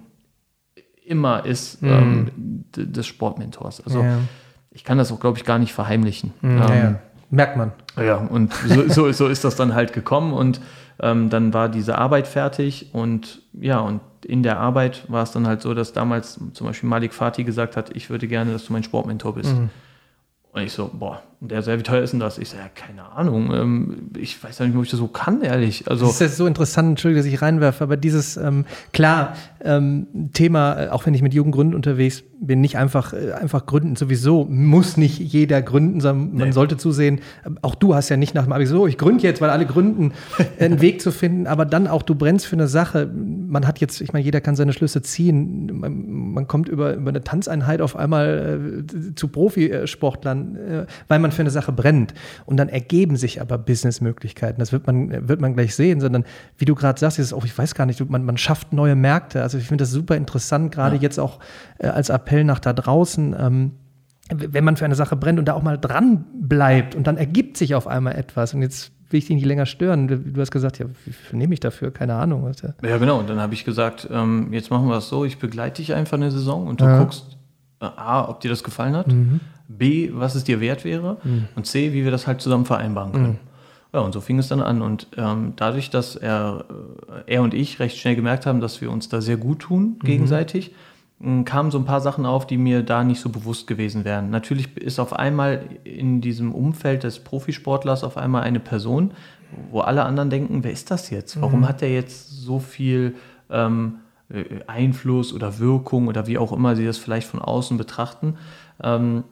immer ist hm. ähm, d- des Sportmentors. Also ja. ich kann das auch, glaube ich, gar nicht verheimlichen. Hm. Ähm, ja, ja. Merkt man. Ja, und so, so, so ist das dann halt gekommen und Ähm, dann war diese Arbeit fertig und ja, und in der Arbeit war es dann halt so, dass damals zum Beispiel Malik Fatih gesagt hat, ich würde gerne, dass du mein Sportmentor bist. Mhm. Und ich so, boah, und der so, wie teuer ist denn das? Ich so, ja, keine Ahnung, ähm, ich weiß ja nicht, ob ich das so kann, ehrlich. Also, das ist jetzt so interessant, Entschuldigung, dass ich reinwerfe, aber dieses, ähm, klar, ähm, Thema, auch wenn ich mit Jugendgründen unterwegs bin, nicht einfach, äh, einfach gründen, sowieso muss nicht jeder gründen, sondern man nee. sollte zusehen, auch du hast ja nicht nach dem Abi so, ich gründe jetzt, weil alle gründen, einen Weg zu finden, aber dann auch, du brennst für eine Sache, man hat jetzt, ich meine, jeder kann seine Schlüsse ziehen, man, man kommt über, über eine Tanzeinheit auf einmal äh, zu Profisportlern, äh, weil man für eine Sache brennt. Und dann ergeben sich aber Businessmöglichkeiten. Das wird man, wird man gleich sehen, sondern wie du gerade sagst, ist auch, ich weiß gar nicht, man, man schafft neue Märkte. Also ich finde das super interessant, gerade ja. jetzt auch äh, als Appell nach da draußen, ähm, wenn man für eine Sache brennt und da auch mal dran bleibt und dann ergibt sich auf einmal etwas. Und jetzt will ich dich nicht länger stören. Du hast gesagt, ja, wie viel nehme ich dafür? Keine Ahnung. Was ja. ja, genau. Und dann habe ich gesagt, ähm, jetzt machen wir es so, ich begleite dich einfach eine Saison und du ja. guckst, äh, A, ob dir das gefallen hat, mhm. B, was es dir wert wäre mhm. und C, wie wir das halt zusammen vereinbaren können. Mhm. Ja, und so fing es dann an. Und ähm, dadurch, dass er, er und ich recht schnell gemerkt haben, dass wir uns da sehr gut tun, mhm. gegenseitig, kamen so ein paar Sachen auf, die mir da nicht so bewusst gewesen wären. Natürlich ist auf einmal in diesem Umfeld des Profisportlers auf einmal eine Person, wo alle anderen denken, wer ist das jetzt? Warum mhm. hat der jetzt so viel ähm, Einfluss oder Wirkung oder wie auch immer sie das vielleicht von außen betrachten? Ähm,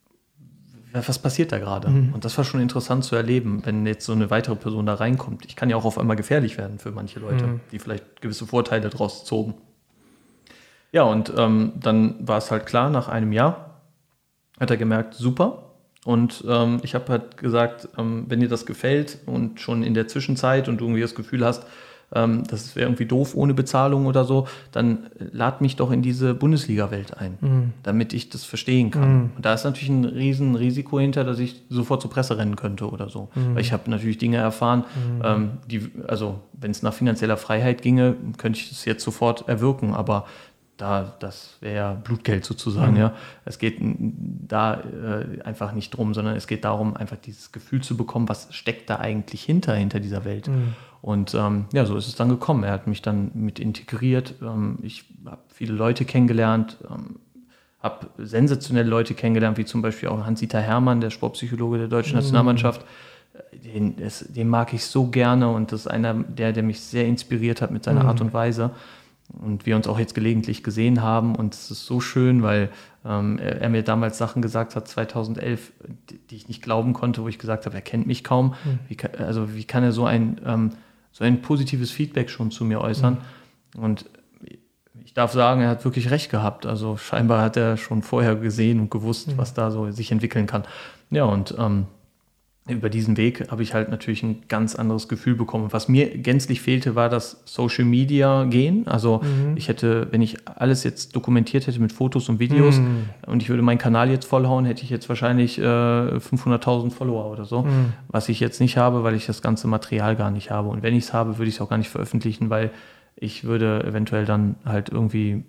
was passiert da gerade? Mhm. Und das war schon interessant zu erleben, wenn jetzt so eine weitere Person da reinkommt. Ich kann ja auch auf einmal gefährlich werden für manche Leute, mhm. die vielleicht gewisse Vorteile draus zogen. Ja, und ähm, dann war es halt klar, nach einem Jahr hat er gemerkt, super. Und ähm, ich habe halt gesagt, ähm, wenn dir das gefällt und schon in der Zwischenzeit und du irgendwie das Gefühl hast, ähm, das wäre irgendwie doof ohne Bezahlung oder so, dann lad mich doch in diese Bundesliga-Welt ein, mhm. damit ich das verstehen kann. Mhm. Und da ist natürlich ein riesen Risiko hinter, dass ich sofort zur Presse rennen könnte oder so. Mhm. Weil ich habe natürlich Dinge erfahren, mhm. ähm, die, also wenn es nach finanzieller Freiheit ginge, könnte ich das jetzt sofort erwirken, aber da, das wäre ja Blutgeld sozusagen, Mhm. ja. Es geht da äh, einfach nicht drum, sondern es geht darum, einfach dieses Gefühl zu bekommen, was steckt da eigentlich hinter, hinter dieser Welt. Mhm. Und ähm, ja, so ist es dann gekommen. Er hat mich dann mit integriert. Ähm, ich habe viele Leute kennengelernt, ähm, habe sensationelle Leute kennengelernt, wie zum Beispiel auch Hans-Dieter Hermann, der Sportpsychologe der deutschen Mhm. Nationalmannschaft. Den, das, den mag ich so gerne und das ist einer, der, der mich sehr inspiriert hat mit seiner Mhm. Art und Weise. Und wir uns auch jetzt gelegentlich gesehen haben und es ist so schön, weil ähm, er, er mir damals Sachen gesagt hat, zweitausendelf, die, die ich nicht glauben konnte, wo ich gesagt habe, er kennt mich kaum. Mhm. Wie kann, also wie kann er so ein, ähm, so ein positives Feedback schon zu mir äußern? Mhm. Und ich darf sagen, er hat wirklich recht gehabt. Also scheinbar hat er schon vorher gesehen und gewusst, mhm. was da so sich entwickeln kann. Ja, und ähm, über diesen Weg habe ich halt natürlich ein ganz anderes Gefühl bekommen. Was mir gänzlich fehlte, war das Social Media gehen. Also mhm. ich hätte, wenn ich alles jetzt dokumentiert hätte mit Fotos und Videos mhm. und ich würde meinen Kanal jetzt vollhauen, hätte ich jetzt wahrscheinlich äh, fünfhunderttausend Follower oder so. Mhm. Was ich jetzt nicht habe, weil ich das ganze Material gar nicht habe. Und wenn ich es habe, würde ich es auch gar nicht veröffentlichen, weil ich würde eventuell dann halt irgendwie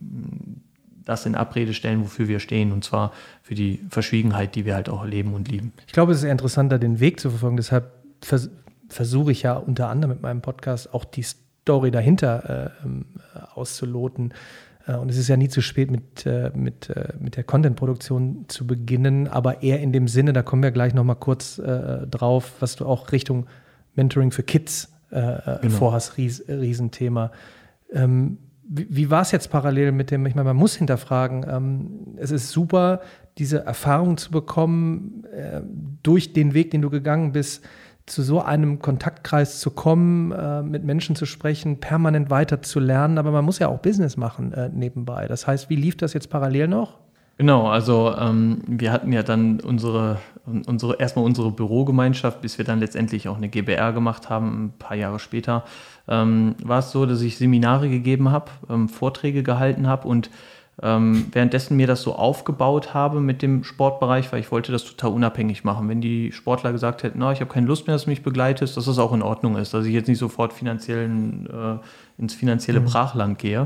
das in Abrede stellen, wofür wir stehen, und zwar für die Verschwiegenheit, die wir halt auch leben und lieben. Ich glaube, es ist interessanter, den Weg zu verfolgen. Deshalb vers- versuche ich ja unter anderem mit meinem Podcast auch die Story dahinter äh, auszuloten. Äh, und es ist ja nie zu spät, mit, äh, mit, äh, mit der Content-Produktion zu beginnen, aber eher in dem Sinne, da kommen wir gleich nochmal kurz äh, drauf, was du auch Richtung Mentoring für Kids äh, genau. vorhast, Ries- Riesenthema. Ähm, Wie, wie war es jetzt parallel mit dem, ich meine, man muss hinterfragen, ähm, es ist super, diese Erfahrung zu bekommen, äh, durch den Weg, den du gegangen bist, zu so einem Kontaktkreis zu kommen, äh, mit Menschen zu sprechen, permanent weiter zu lernen, aber man muss ja auch Business machen äh, nebenbei. Das heißt, wie lief das jetzt parallel noch? Genau, also ähm, wir hatten ja dann unsere, unsere, erstmal unsere Bürogemeinschaft, bis wir dann letztendlich auch eine G b R gemacht haben, ein paar Jahre später. Ähm, war es so, dass ich Seminare gegeben habe, ähm, Vorträge gehalten habe und ähm, währenddessen mir das so aufgebaut habe mit dem Sportbereich, weil ich wollte das total unabhängig machen. Wenn die Sportler gesagt hätten, no, ich habe keine Lust mehr, dass du mich begleitest, dass das auch in Ordnung ist, dass ich jetzt nicht sofort finanziellen, äh, ins finanzielle mhm. Brachland gehe. Mhm.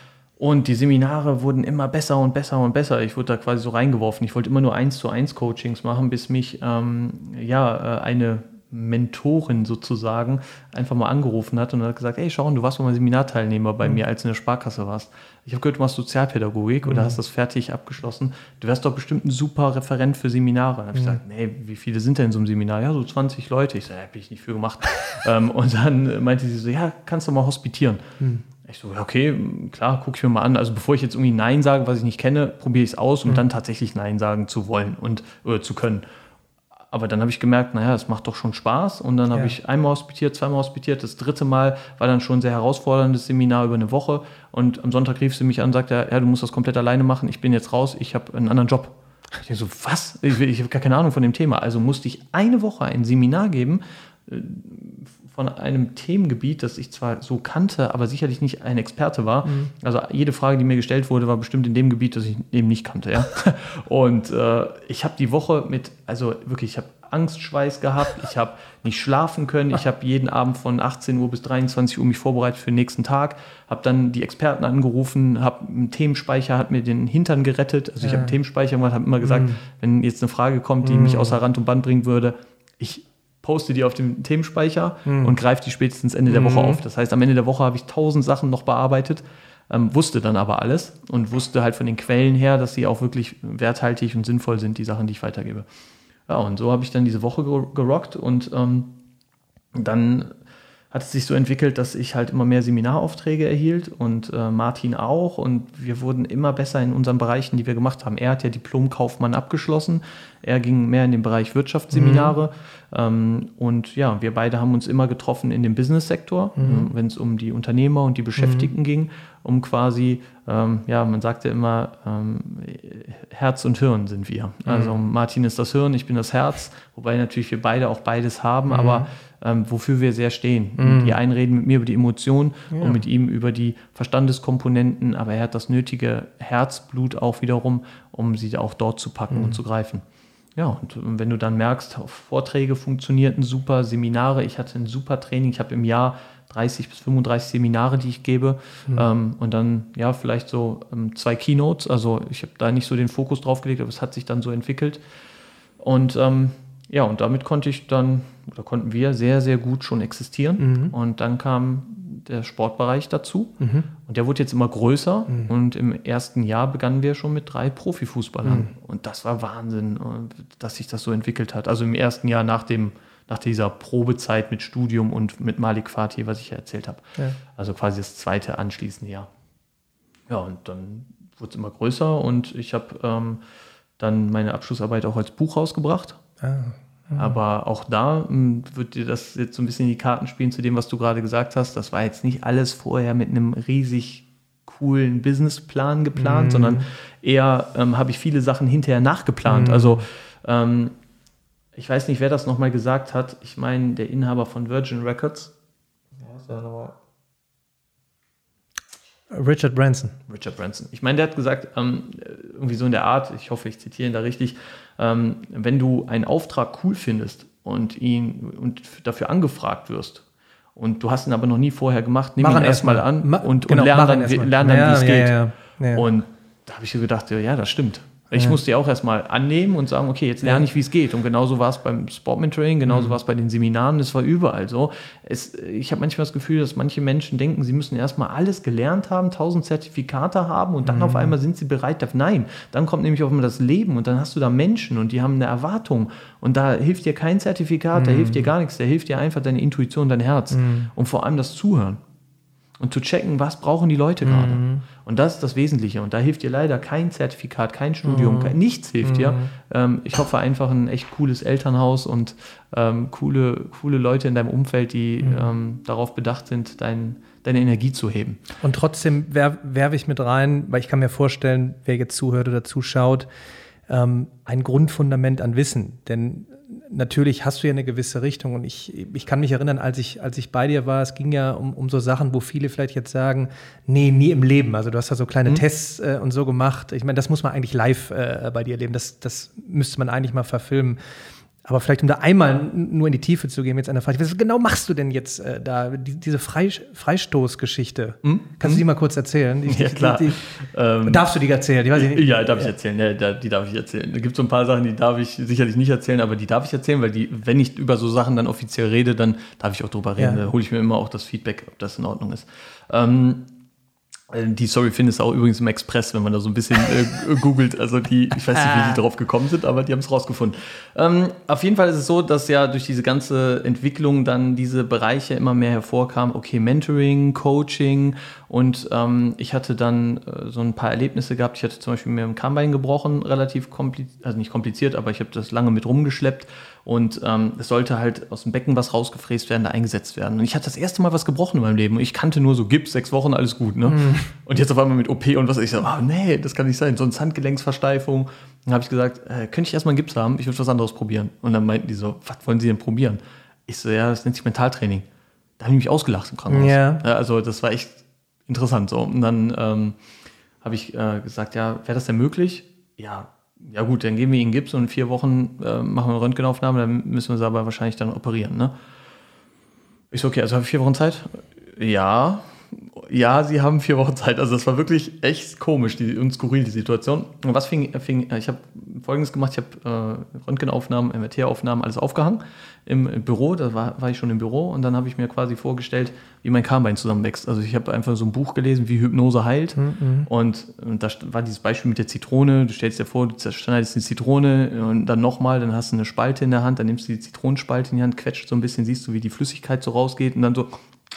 Und die Seminare wurden immer besser und besser und besser. Ich wurde da quasi so reingeworfen. Ich wollte immer nur eins zu eins Coachings machen, bis mich ähm, ja, eine Mentorin sozusagen einfach mal angerufen hat und hat gesagt, hey Sharon, du warst mal Seminarteilnehmer bei mhm. mir, als du in der Sparkasse warst. Ich habe gehört, du machst Sozialpädagogik mhm. oder hast das fertig abgeschlossen. Du wärst doch bestimmt ein super Referent für Seminare. Und dann habe ich mhm. gesagt, nee, wie viele sind denn in so einem Seminar? Ja, so zwanzig Leute. Ich sage, ja, bin ich nicht für gemacht. ähm, und dann meinte sie so, ja, kannst du mal hospitieren. Mhm. Ich so, okay, klar, gucke ich mir mal an. Also bevor ich jetzt irgendwie Nein sage, was ich nicht kenne, probiere ich es aus, um mhm. dann tatsächlich Nein sagen zu wollen und oder zu können. Aber dann habe ich gemerkt, naja, es macht doch schon Spaß. Und dann habe ja. ich einmal hospitiert, zweimal hospitiert. Das dritte Mal war dann schon ein sehr herausforderndes Seminar über eine Woche. Und am Sonntag rief sie mich an und sagte, ja, du musst das komplett alleine machen. Ich bin jetzt raus, ich habe einen anderen Job. Ich denke so, was? Ich, ich habe gar keine Ahnung von dem Thema. Also musste ich eine Woche ein Seminar geben von einem Themengebiet, das ich zwar so kannte, aber sicherlich nicht ein Experte war. Mhm. Also jede Frage, die mir gestellt wurde, war bestimmt in dem Gebiet, das ich eben nicht kannte. Ja? Und äh, ich habe die Woche mit, also wirklich, ich habe Angstschweiß gehabt, ich habe nicht schlafen können, ich habe jeden Abend von achtzehn Uhr bis dreiundzwanzig Uhr mich vorbereitet für den nächsten Tag, habe dann die Experten angerufen, habe einen Themenspeicher, hat mir den Hintern gerettet. Also ich ja. habe einen Themenspeicher gemacht, habe immer gesagt, mhm. wenn jetzt eine Frage kommt, die mhm. mich außer Rand und Band bringen würde, ich poste die auf dem Themenspeicher mhm. und greife die spätestens Ende der Woche mhm. auf. Das heißt, am Ende der Woche habe ich tausend Sachen noch bearbeitet, ähm, wusste dann aber alles und wusste halt von den Quellen her, dass sie auch wirklich werthaltig und sinnvoll sind, die Sachen, die ich weitergebe. Ja, und so habe ich dann diese Woche gerockt und ähm, dann hat es sich so entwickelt, dass ich halt immer mehr Seminaraufträge erhielt und äh, Martin auch, und wir wurden immer besser in unseren Bereichen, die wir gemacht haben. Er hat ja Diplom-Kaufmann abgeschlossen, er ging mehr in den Bereich Wirtschaftsseminare mhm. ähm, und ja, wir beide haben uns immer getroffen in dem Business-Sektor, mhm. wenn es um die Unternehmer und die Beschäftigten mhm. ging, um quasi, ähm, ja, man sagte immer, ähm, Herz und Hirn sind wir. Mhm. Also Martin ist das Hirn, ich bin das Herz, wobei natürlich wir beide auch beides haben, mhm. aber ähm, wofür wir sehr stehen. Mhm. Die einen reden mit mir über die Emotionen ja. und mit ihm über die Verstandeskomponenten, aber er hat das nötige Herzblut auch wiederum, um sie auch dort zu packen mhm. und zu greifen. Ja, und wenn du dann merkst, Vorträge funktionierten super, Seminare, ich hatte ein super Training, ich habe im Jahr dreißig bis fünfunddreißig Seminare, die ich gebe. Mhm. Ähm, und dann, ja, vielleicht so ähm, zwei Keynotes. Also ich habe da nicht so den Fokus drauf gelegt, aber es hat sich dann so entwickelt. Und ähm, ja, und damit konnte ich dann, oder konnten wir sehr, sehr gut schon existieren. Mhm. Und dann kam der Sportbereich dazu. Mhm. Und der wurde jetzt immer größer. Mhm. Und im ersten Jahr begannen wir schon mit drei Profifußballern. Mhm. Und das war Wahnsinn, dass sich das so entwickelt hat. Also im ersten Jahr nach dem nach dieser Probezeit mit Studium und mit Malik Fatih, was ich ja erzählt habe. Ja. Also quasi das zweite anschließende Jahr. Ja, und dann wurde es immer größer und ich habe ähm, dann meine Abschlussarbeit auch als Buch rausgebracht. Ah. Mhm. Aber auch da m, wird dir das jetzt so ein bisschen in die Karten spielen zu dem, was du gerade gesagt hast. Das war jetzt nicht alles vorher mit einem riesig coolen Businessplan geplant, mhm. sondern eher ähm, habe ich viele Sachen hinterher nachgeplant. Mhm. Also ähm, ich weiß nicht, wer das nochmal gesagt hat. Ich meine, der Inhaber von Virgin Records. Ja, ist ja nochmal. Richard Branson. Richard Branson. Ich meine, der hat gesagt, ähm, irgendwie so in der Art, ich hoffe, ich zitiere ihn da richtig, ähm, wenn du einen Auftrag cool findest und ihn und dafür angefragt wirst und du hast ihn aber noch nie vorher gemacht, nimm ihn erstmal erst an Ma- und, genau, und lern dann, lern dann ja, wie es ja, geht. Ja, ja. Und da habe ich so gedacht, ja, das stimmt. Ich ja. musste ja auch erstmal annehmen und sagen, okay, jetzt lerne ich, wie es geht. Und genauso war es beim Sportmentoring, genauso mhm. war es bei den Seminaren, es war überall so. Es, ich habe manchmal das Gefühl, dass manche Menschen denken, sie müssen erstmal alles gelernt haben, tausend Zertifikate haben und dann mhm. auf einmal sind sie bereit dafür. Nein, dann kommt nämlich auf einmal das Leben und dann hast du da Menschen und die haben eine Erwartung. Und da hilft dir kein Zertifikat, mhm. da hilft dir gar nichts, da hilft dir einfach deine Intuition, dein Herz mhm. und vor allem das Zuhören. Und zu checken, was brauchen die Leute gerade. Mhm. Und das ist das Wesentliche. Und da hilft dir leider kein Zertifikat, kein Studium, mhm. kein, nichts hilft dir. Mhm. Ähm, ich hoffe einfach ein echt cooles Elternhaus und ähm, coole, coole Leute in deinem Umfeld, die mhm. ähm, darauf bedacht sind, dein, deine Energie zu heben. Und trotzdem werfe werf ich mit rein, weil ich kann mir vorstellen, wer jetzt zuhört oder zuschaut, ähm, ein Grundfundament an Wissen. Denn natürlich hast du ja eine gewisse Richtung und ich, ich kann mich erinnern, als ich, als ich bei dir war, es ging ja um, um so Sachen, wo viele vielleicht jetzt sagen, nee, nie im Leben. Also du hast da so kleine mhm. Tests äh, und so gemacht. Ich meine, das muss man eigentlich live äh, bei dir erleben. Das, das müsste man eigentlich mal verfilmen. Aber vielleicht, um da einmal nur in die Tiefe zu gehen, jetzt eine Frage. Was genau machst du denn jetzt äh, da, die, diese Freis- Freistoßgeschichte? Hm? Kannst du die mal kurz erzählen? Die, ja, klar. Die, die, ähm, darfst du die erzählen? Die weiß ich nicht. Ja, darf ich erzählen. Ja, die darf ich erzählen. Da gibt es so ein paar Sachen, die darf ich sicherlich nicht erzählen, aber die darf ich erzählen, weil die, wenn ich über so Sachen dann offiziell rede, dann darf ich auch drüber reden. Ja. Da hole ich mir immer auch das Feedback, ob das in Ordnung ist. Ähm, Die Story findest du auch übrigens im Express, wenn man da so ein bisschen äh, googelt. Also die, ich weiß nicht, wie die drauf gekommen sind, aber die haben es rausgefunden. Ähm, auf jeden Fall ist es so, dass ja durch diese ganze Entwicklung dann diese Bereiche immer mehr hervorkamen. Okay, Mentoring, Coaching und ähm, ich hatte dann äh, so ein paar Erlebnisse gehabt. Ich hatte zum Beispiel mir ein Kammbein gebrochen, relativ kompliziert, also nicht kompliziert, aber ich habe das lange mit rumgeschleppt. Und ähm, es sollte halt aus dem Becken was rausgefräst werden, da eingesetzt werden. Und ich hatte das erste Mal was gebrochen in meinem Leben. Und ich kannte nur so Gips, sechs Wochen, alles gut. Ne? Mm. Und jetzt auf einmal mit O P und was. Ich so, oh nee, das kann nicht sein. Sonst Handgelenksversteifung. Dann habe ich gesagt, äh, könnte ich erstmal einen Gips haben? Ich würde was anderes probieren. Und dann meinten die so, was wollen Sie denn probieren? Ich so, ja, das nennt sich Mentaltraining. Da haben die mich ausgelacht im Krankenhaus. Yeah. Ja, also das war echt interessant. So. Und dann ähm, habe ich äh, gesagt, ja, wäre das denn möglich? Ja, Ja gut, dann geben wir ihnen Gips und in vier Wochen äh, machen wir eine Röntgenaufnahme, dann müssen wir sie aber wahrscheinlich dann operieren. Ne? Ich so, okay, also habe ich vier Wochen Zeit? Ja, ja, sie haben vier Wochen Zeit. Also das war wirklich echt komisch die, und skurril, die Situation. Und was fing, fing ich habe Folgendes gemacht, ich habe äh, Röntgenaufnahmen, M R T-Aufnahmen, alles aufgehangen im, im Büro, da war, war ich schon im Büro und dann habe ich mir quasi vorgestellt, wie mein Kammbein zusammenwächst. Also ich habe einfach so ein Buch gelesen, wie Hypnose heilt mhm. und, und da war dieses Beispiel mit der Zitrone, du stellst dir vor, du zerschneidest die Zitrone und dann nochmal, dann hast du eine Spalte in der Hand, dann nimmst du die Zitronenspalte in die Hand, quetscht so ein bisschen, siehst du, wie die Flüssigkeit so rausgeht und dann so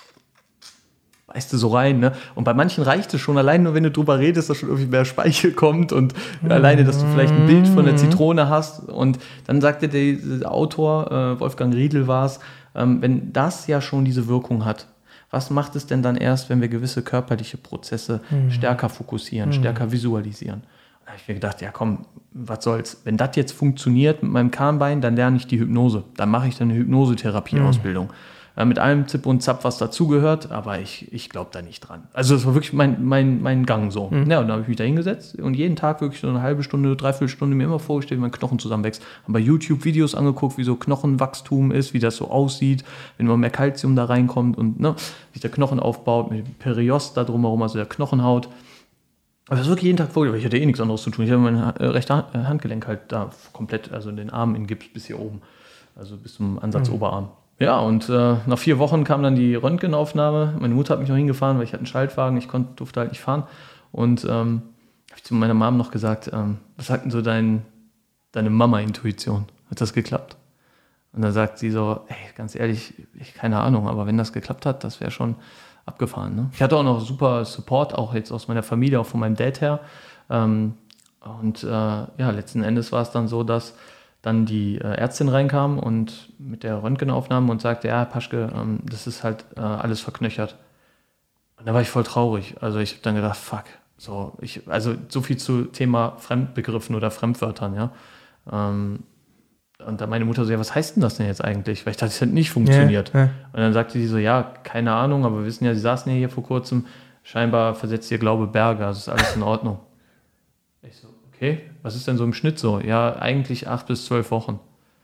weißt du, so rein, ne? Und bei manchen reicht es schon, allein nur wenn du drüber redest, dass schon irgendwie mehr Speichel kommt und mm. alleine, dass du vielleicht ein Bild von der Zitrone hast. Und dann sagte der, der Autor, äh, Wolfgang Riedl war es, ähm, wenn das ja schon diese Wirkung hat, was macht es denn dann erst, wenn wir gewisse körperliche Prozesse mm. stärker fokussieren, mm. stärker visualisieren? Da habe ich mir gedacht, ja komm, was soll's. Wenn das jetzt funktioniert mit meinem Kammbein, dann lerne ich die Hypnose. Dann mache ich dann eine Hypnosetherapie-Ausbildung. Mm. äh, mit allem Zip und Zap, was dazugehört, aber ich, ich glaube da nicht dran. Also das war wirklich mein, mein, mein Gang so. Mhm. Ja, und dann habe ich mich da hingesetzt und jeden Tag wirklich so eine halbe Stunde, dreiviertel Stunde mir immer vorgestellt, wie mein Knochen zusammenwächst. Habe bei YouTube Videos angeguckt, wie so Knochenwachstum ist, wie das so aussieht, wenn immer mehr Kalzium da reinkommt und ne, wie sich der Knochen aufbaut, mit dem Periost da drumherum, also der Knochenhaut. Aber das ist wirklich jeden Tag vorgestellt, weil ich hatte eh nichts anderes zu tun. Ich habe mein rechte Handgelenk halt da komplett, also den Arm in Gips bis hier oben, also bis zum Ansatz mhm. Oberarm. Ja, und äh, nach vier Wochen kam dann die Röntgenaufnahme. Meine Mutter hat mich noch hingefahren, weil ich hatte einen Schaltwagen, ich konnte, durfte halt nicht fahren. Und ähm, habe ich zu meiner Mom noch gesagt, ähm, was sagt denn so dein, deine Mama-Intuition? Hat das geklappt? Und dann sagt sie so, ey, ganz ehrlich, ich keine Ahnung, aber wenn das geklappt hat, das wäre schon abgefahren. Ne? Ich hatte auch noch super Support, auch jetzt aus meiner Familie, auch von meinem Dad her. Ähm, und äh, ja, letzten Endes war es dann so, dass dann die äh, Ärztin reinkam und mit der Röntgenaufnahme und sagte, ja, Paschke, ähm, das ist halt äh, alles verknöchert. Und da war ich voll traurig. Also ich habe dann gedacht, fuck, so, ich, also so viel zu Thema Fremdbegriffen oder Fremdwörtern, ja. Ähm, und dann meine Mutter so, ja, was heißt denn das denn jetzt eigentlich? Weil ich dachte, das hat nicht funktioniert. Ja, ja. Und dann sagte sie so, ja, keine Ahnung, aber wir wissen ja, sie saßen ja hier vor kurzem, scheinbar versetzt ihr Glaube Berge, also ist alles in Ordnung. Ich so, okay, was ist denn so im Schnitt so? Ja, eigentlich acht bis zwölf Wochen.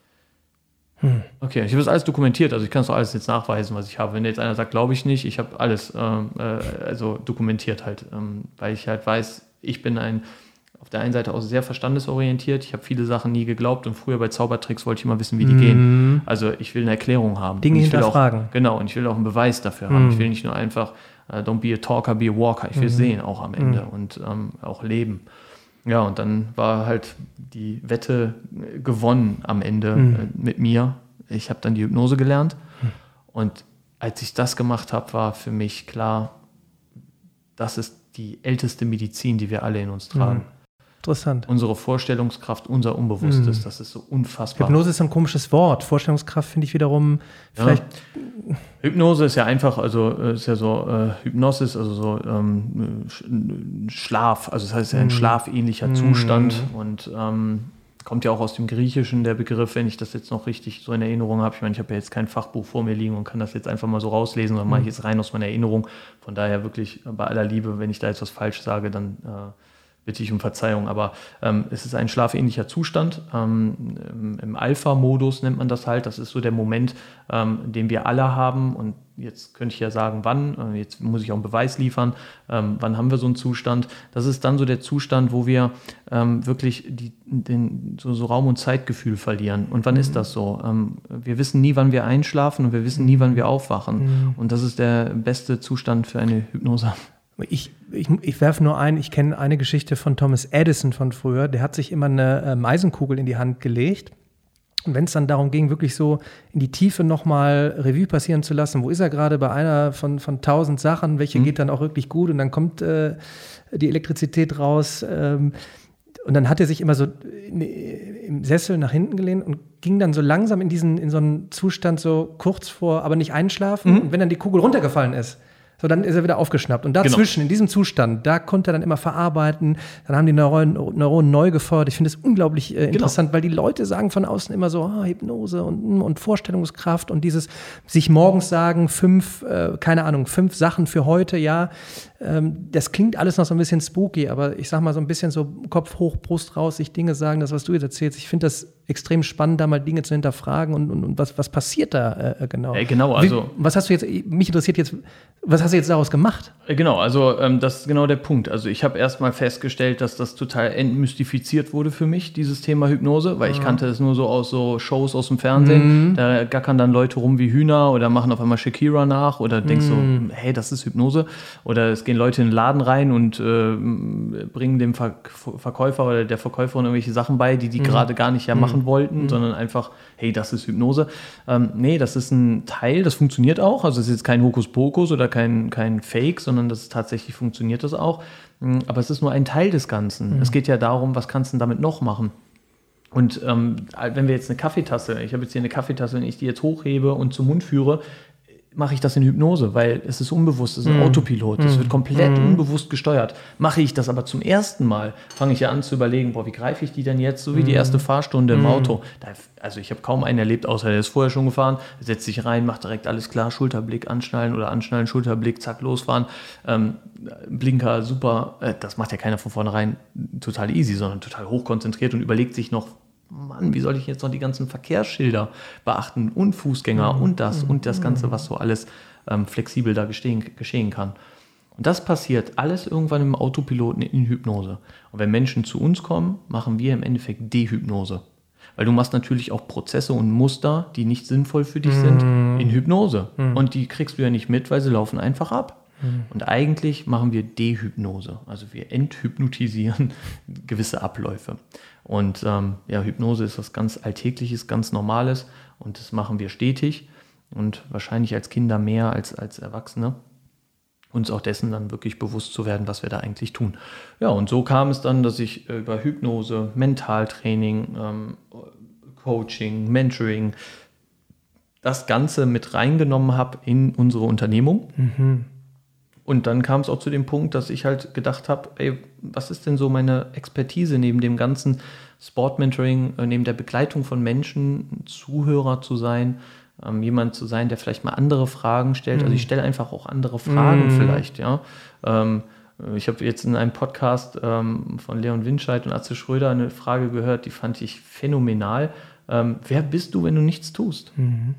Hm. Okay, ich habe das alles dokumentiert, also ich kann es doch alles jetzt nachweisen, was ich habe. Wenn jetzt einer sagt, glaube ich nicht, ich habe alles ähm, äh, also dokumentiert halt, ähm, weil ich halt weiß, ich bin ein auf der einen Seite auch sehr verstandesorientiert. Ich habe viele Sachen nie geglaubt und früher bei Zaubertricks wollte ich immer wissen, wie die mm. gehen. Also ich will eine Erklärung haben. Dinge ich will hinterfragen. Auch, genau, und ich will auch einen Beweis dafür mm. haben. Ich will nicht nur einfach, uh, don't be a talker, be a walker. Ich will mm. sehen auch am Ende mm. und ähm, auch leben. Ja, und dann war halt die Wette gewonnen am Ende mm. äh, mit mir. Ich habe dann die Hypnose gelernt mm. und als ich das gemacht habe, war für mich klar, das ist die älteste Medizin, die wir alle in uns tragen. Mm. Interessant. Unsere Vorstellungskraft, unser Unbewusstes, mm. das ist so unfassbar. Hypnose ist so ein komisches Wort. Vorstellungskraft finde ich wiederum vielleicht... Ja. Hypnose ist ja einfach, also ist ja so äh, Hypnosis, also so ähm, Schlaf, also das heißt ja ein mm. schlafähnlicher mm. Zustand und ähm, kommt ja auch aus dem Griechischen der Begriff, wenn ich das jetzt noch richtig so in Erinnerung habe. Ich meine, ich habe ja jetzt kein Fachbuch vor mir liegen und kann das jetzt einfach mal so rauslesen, sondern mm. mache ich jetzt rein aus meiner Erinnerung. Von daher wirklich bei aller Liebe, wenn ich da jetzt was falsch sage, dann... Äh, bitte ich um Verzeihung, aber ähm, es ist ein schlafähnlicher Zustand. Ähm, im, im Alpha-Modus nennt man das halt. Das ist so der Moment, ähm, den wir alle haben. Und jetzt könnte ich ja sagen, wann. Äh, jetzt muss ich auch einen Beweis liefern. Ähm, wann haben wir so einen Zustand? Das ist dann so der Zustand, wo wir ähm, wirklich die, den, so, so Raum- und Zeitgefühl verlieren. Und wann mhm. ist das so? Ähm, wir wissen nie, wann wir einschlafen und wir wissen nie, wann wir aufwachen. Mhm. Und das ist der beste Zustand für eine Hypnose. Ich, ich, ich werfe nur ein, ich kenne eine Geschichte von Thomas Edison von früher, der hat sich immer eine ähm, Eisenkugel in die Hand gelegt und wenn es dann darum ging, wirklich so in die Tiefe nochmal Revue passieren zu lassen, wo ist er gerade bei einer von, von tausend Sachen, welche mhm. geht dann auch wirklich gut und dann kommt äh, die Elektrizität raus ähm, und dann hat er sich immer so in, im Sessel nach hinten gelehnt und ging dann so langsam in diesen in so einen Zustand so kurz vor, aber nicht einschlafen mhm. und wenn dann die Kugel runtergefallen ist, so, dann ist er wieder aufgeschnappt. Und dazwischen, genau. in diesem Zustand, da konnte er dann immer verarbeiten. Dann haben die Neuronen, Neuronen neu gefeuert. Ich finde es unglaublich äh, interessant, genau. weil die Leute sagen von außen immer so, ah, Hypnose und, und Vorstellungskraft und dieses sich morgens sagen, fünf, äh, keine Ahnung, fünf Sachen für heute, ja. Ähm, das klingt alles noch so ein bisschen spooky, aber ich sag mal so ein bisschen so Kopf hoch, Brust raus, sich Dinge sagen, das, was du jetzt erzählst. Ich finde das extrem spannend, da mal Dinge zu hinterfragen und, und, und was, was passiert da äh, genau? Äh, genau, also. Wie, was hast du jetzt, mich interessiert jetzt, was hast du jetzt daraus gemacht? Genau, also ähm, das ist genau der Punkt. Also ich habe erstmal festgestellt, dass das total entmystifiziert wurde für mich, dieses Thema Hypnose, weil ja. ich kannte es nur so aus so Shows aus dem Fernsehen. Mhm. Da gackern dann Leute rum wie Hühner oder machen auf einmal Shakira nach oder denkst mhm. so, hey, das ist Hypnose. Oder es gehen Leute in den Laden rein und äh, bringen dem Ver- Verkäufer oder der Verkäuferin irgendwelche Sachen bei, die die mhm. gerade gar nicht ja mhm. machen wollten, mhm. sondern einfach, hey, das ist Hypnose. Ähm, nee, das ist ein Teil, das funktioniert auch. Also es ist jetzt kein Hokuspokus oder kein, kein Fake, sondern das tatsächlich funktioniert das auch. Aber es ist nur ein Teil des Ganzen. Mhm. Es geht ja darum, was kannst du denn damit noch machen? Und ähm, wenn wir jetzt eine Kaffeetasse, ich habe jetzt hier eine Kaffeetasse, wenn ich die jetzt hochhebe und zum Mund führe, mache ich das in Hypnose, weil es ist unbewusst, es ist ein mm. Autopilot, es mm. wird komplett mm. unbewusst gesteuert. Mache ich das aber zum ersten Mal, fange ich ja an zu überlegen, boah, wie greife ich die denn jetzt, so wie mm. die erste Fahrstunde im mm. Auto. Da, also ich habe kaum einen erlebt, außer der ist vorher schon gefahren, setzt sich rein, macht direkt alles klar, Schulterblick, anschnallen oder anschnallen, Schulterblick, zack, losfahren, ähm, Blinker, super, äh, das macht ja keiner von vornherein total easy, sondern total hochkonzentriert und überlegt sich noch, Mann, wie soll ich jetzt noch die ganzen Verkehrsschilder beachten und Fußgänger mhm. und das und das Ganze, was so alles ähm, flexibel da gestehen, geschehen kann. Und das passiert alles irgendwann im Autopiloten in Hypnose. Und wenn Menschen zu uns kommen, machen wir im Endeffekt Dehypnose. Weil du machst natürlich auch Prozesse und Muster, die nicht sinnvoll für dich mhm. sind, in Hypnose. Mhm. Und die kriegst du ja nicht mit, weil sie laufen einfach ab. Mhm. Und eigentlich machen wir Dehypnose. Also wir enthypnotisieren gewisse Abläufe. Und ähm, ja, Hypnose ist was ganz Alltägliches, ganz Normales und das machen wir stetig und wahrscheinlich als Kinder mehr als als Erwachsene, uns auch dessen dann wirklich bewusst zu werden, was wir da eigentlich tun. Ja, und so kam es dann, dass ich über Hypnose, Mentaltraining, ähm, Coaching, Mentoring, das Ganze mit reingenommen habe in unsere Unternehmung. Mhm. Und dann kam es auch zu dem Punkt, dass ich halt gedacht habe, ey, was ist denn so meine Expertise neben dem ganzen Sport-Mentoring, äh, neben der Begleitung von Menschen, Zuhörer zu sein, ähm, jemand zu sein, der vielleicht mal andere Fragen stellt. Mhm. Also ich stelle einfach auch andere Fragen mhm. vielleicht, ja. Ähm, ich habe jetzt in einem Podcast ähm, von Leon Winscheid und Atze Schröder eine Frage gehört, die fand ich phänomenal. Ähm, wer bist du, wenn du nichts tust? Mhm.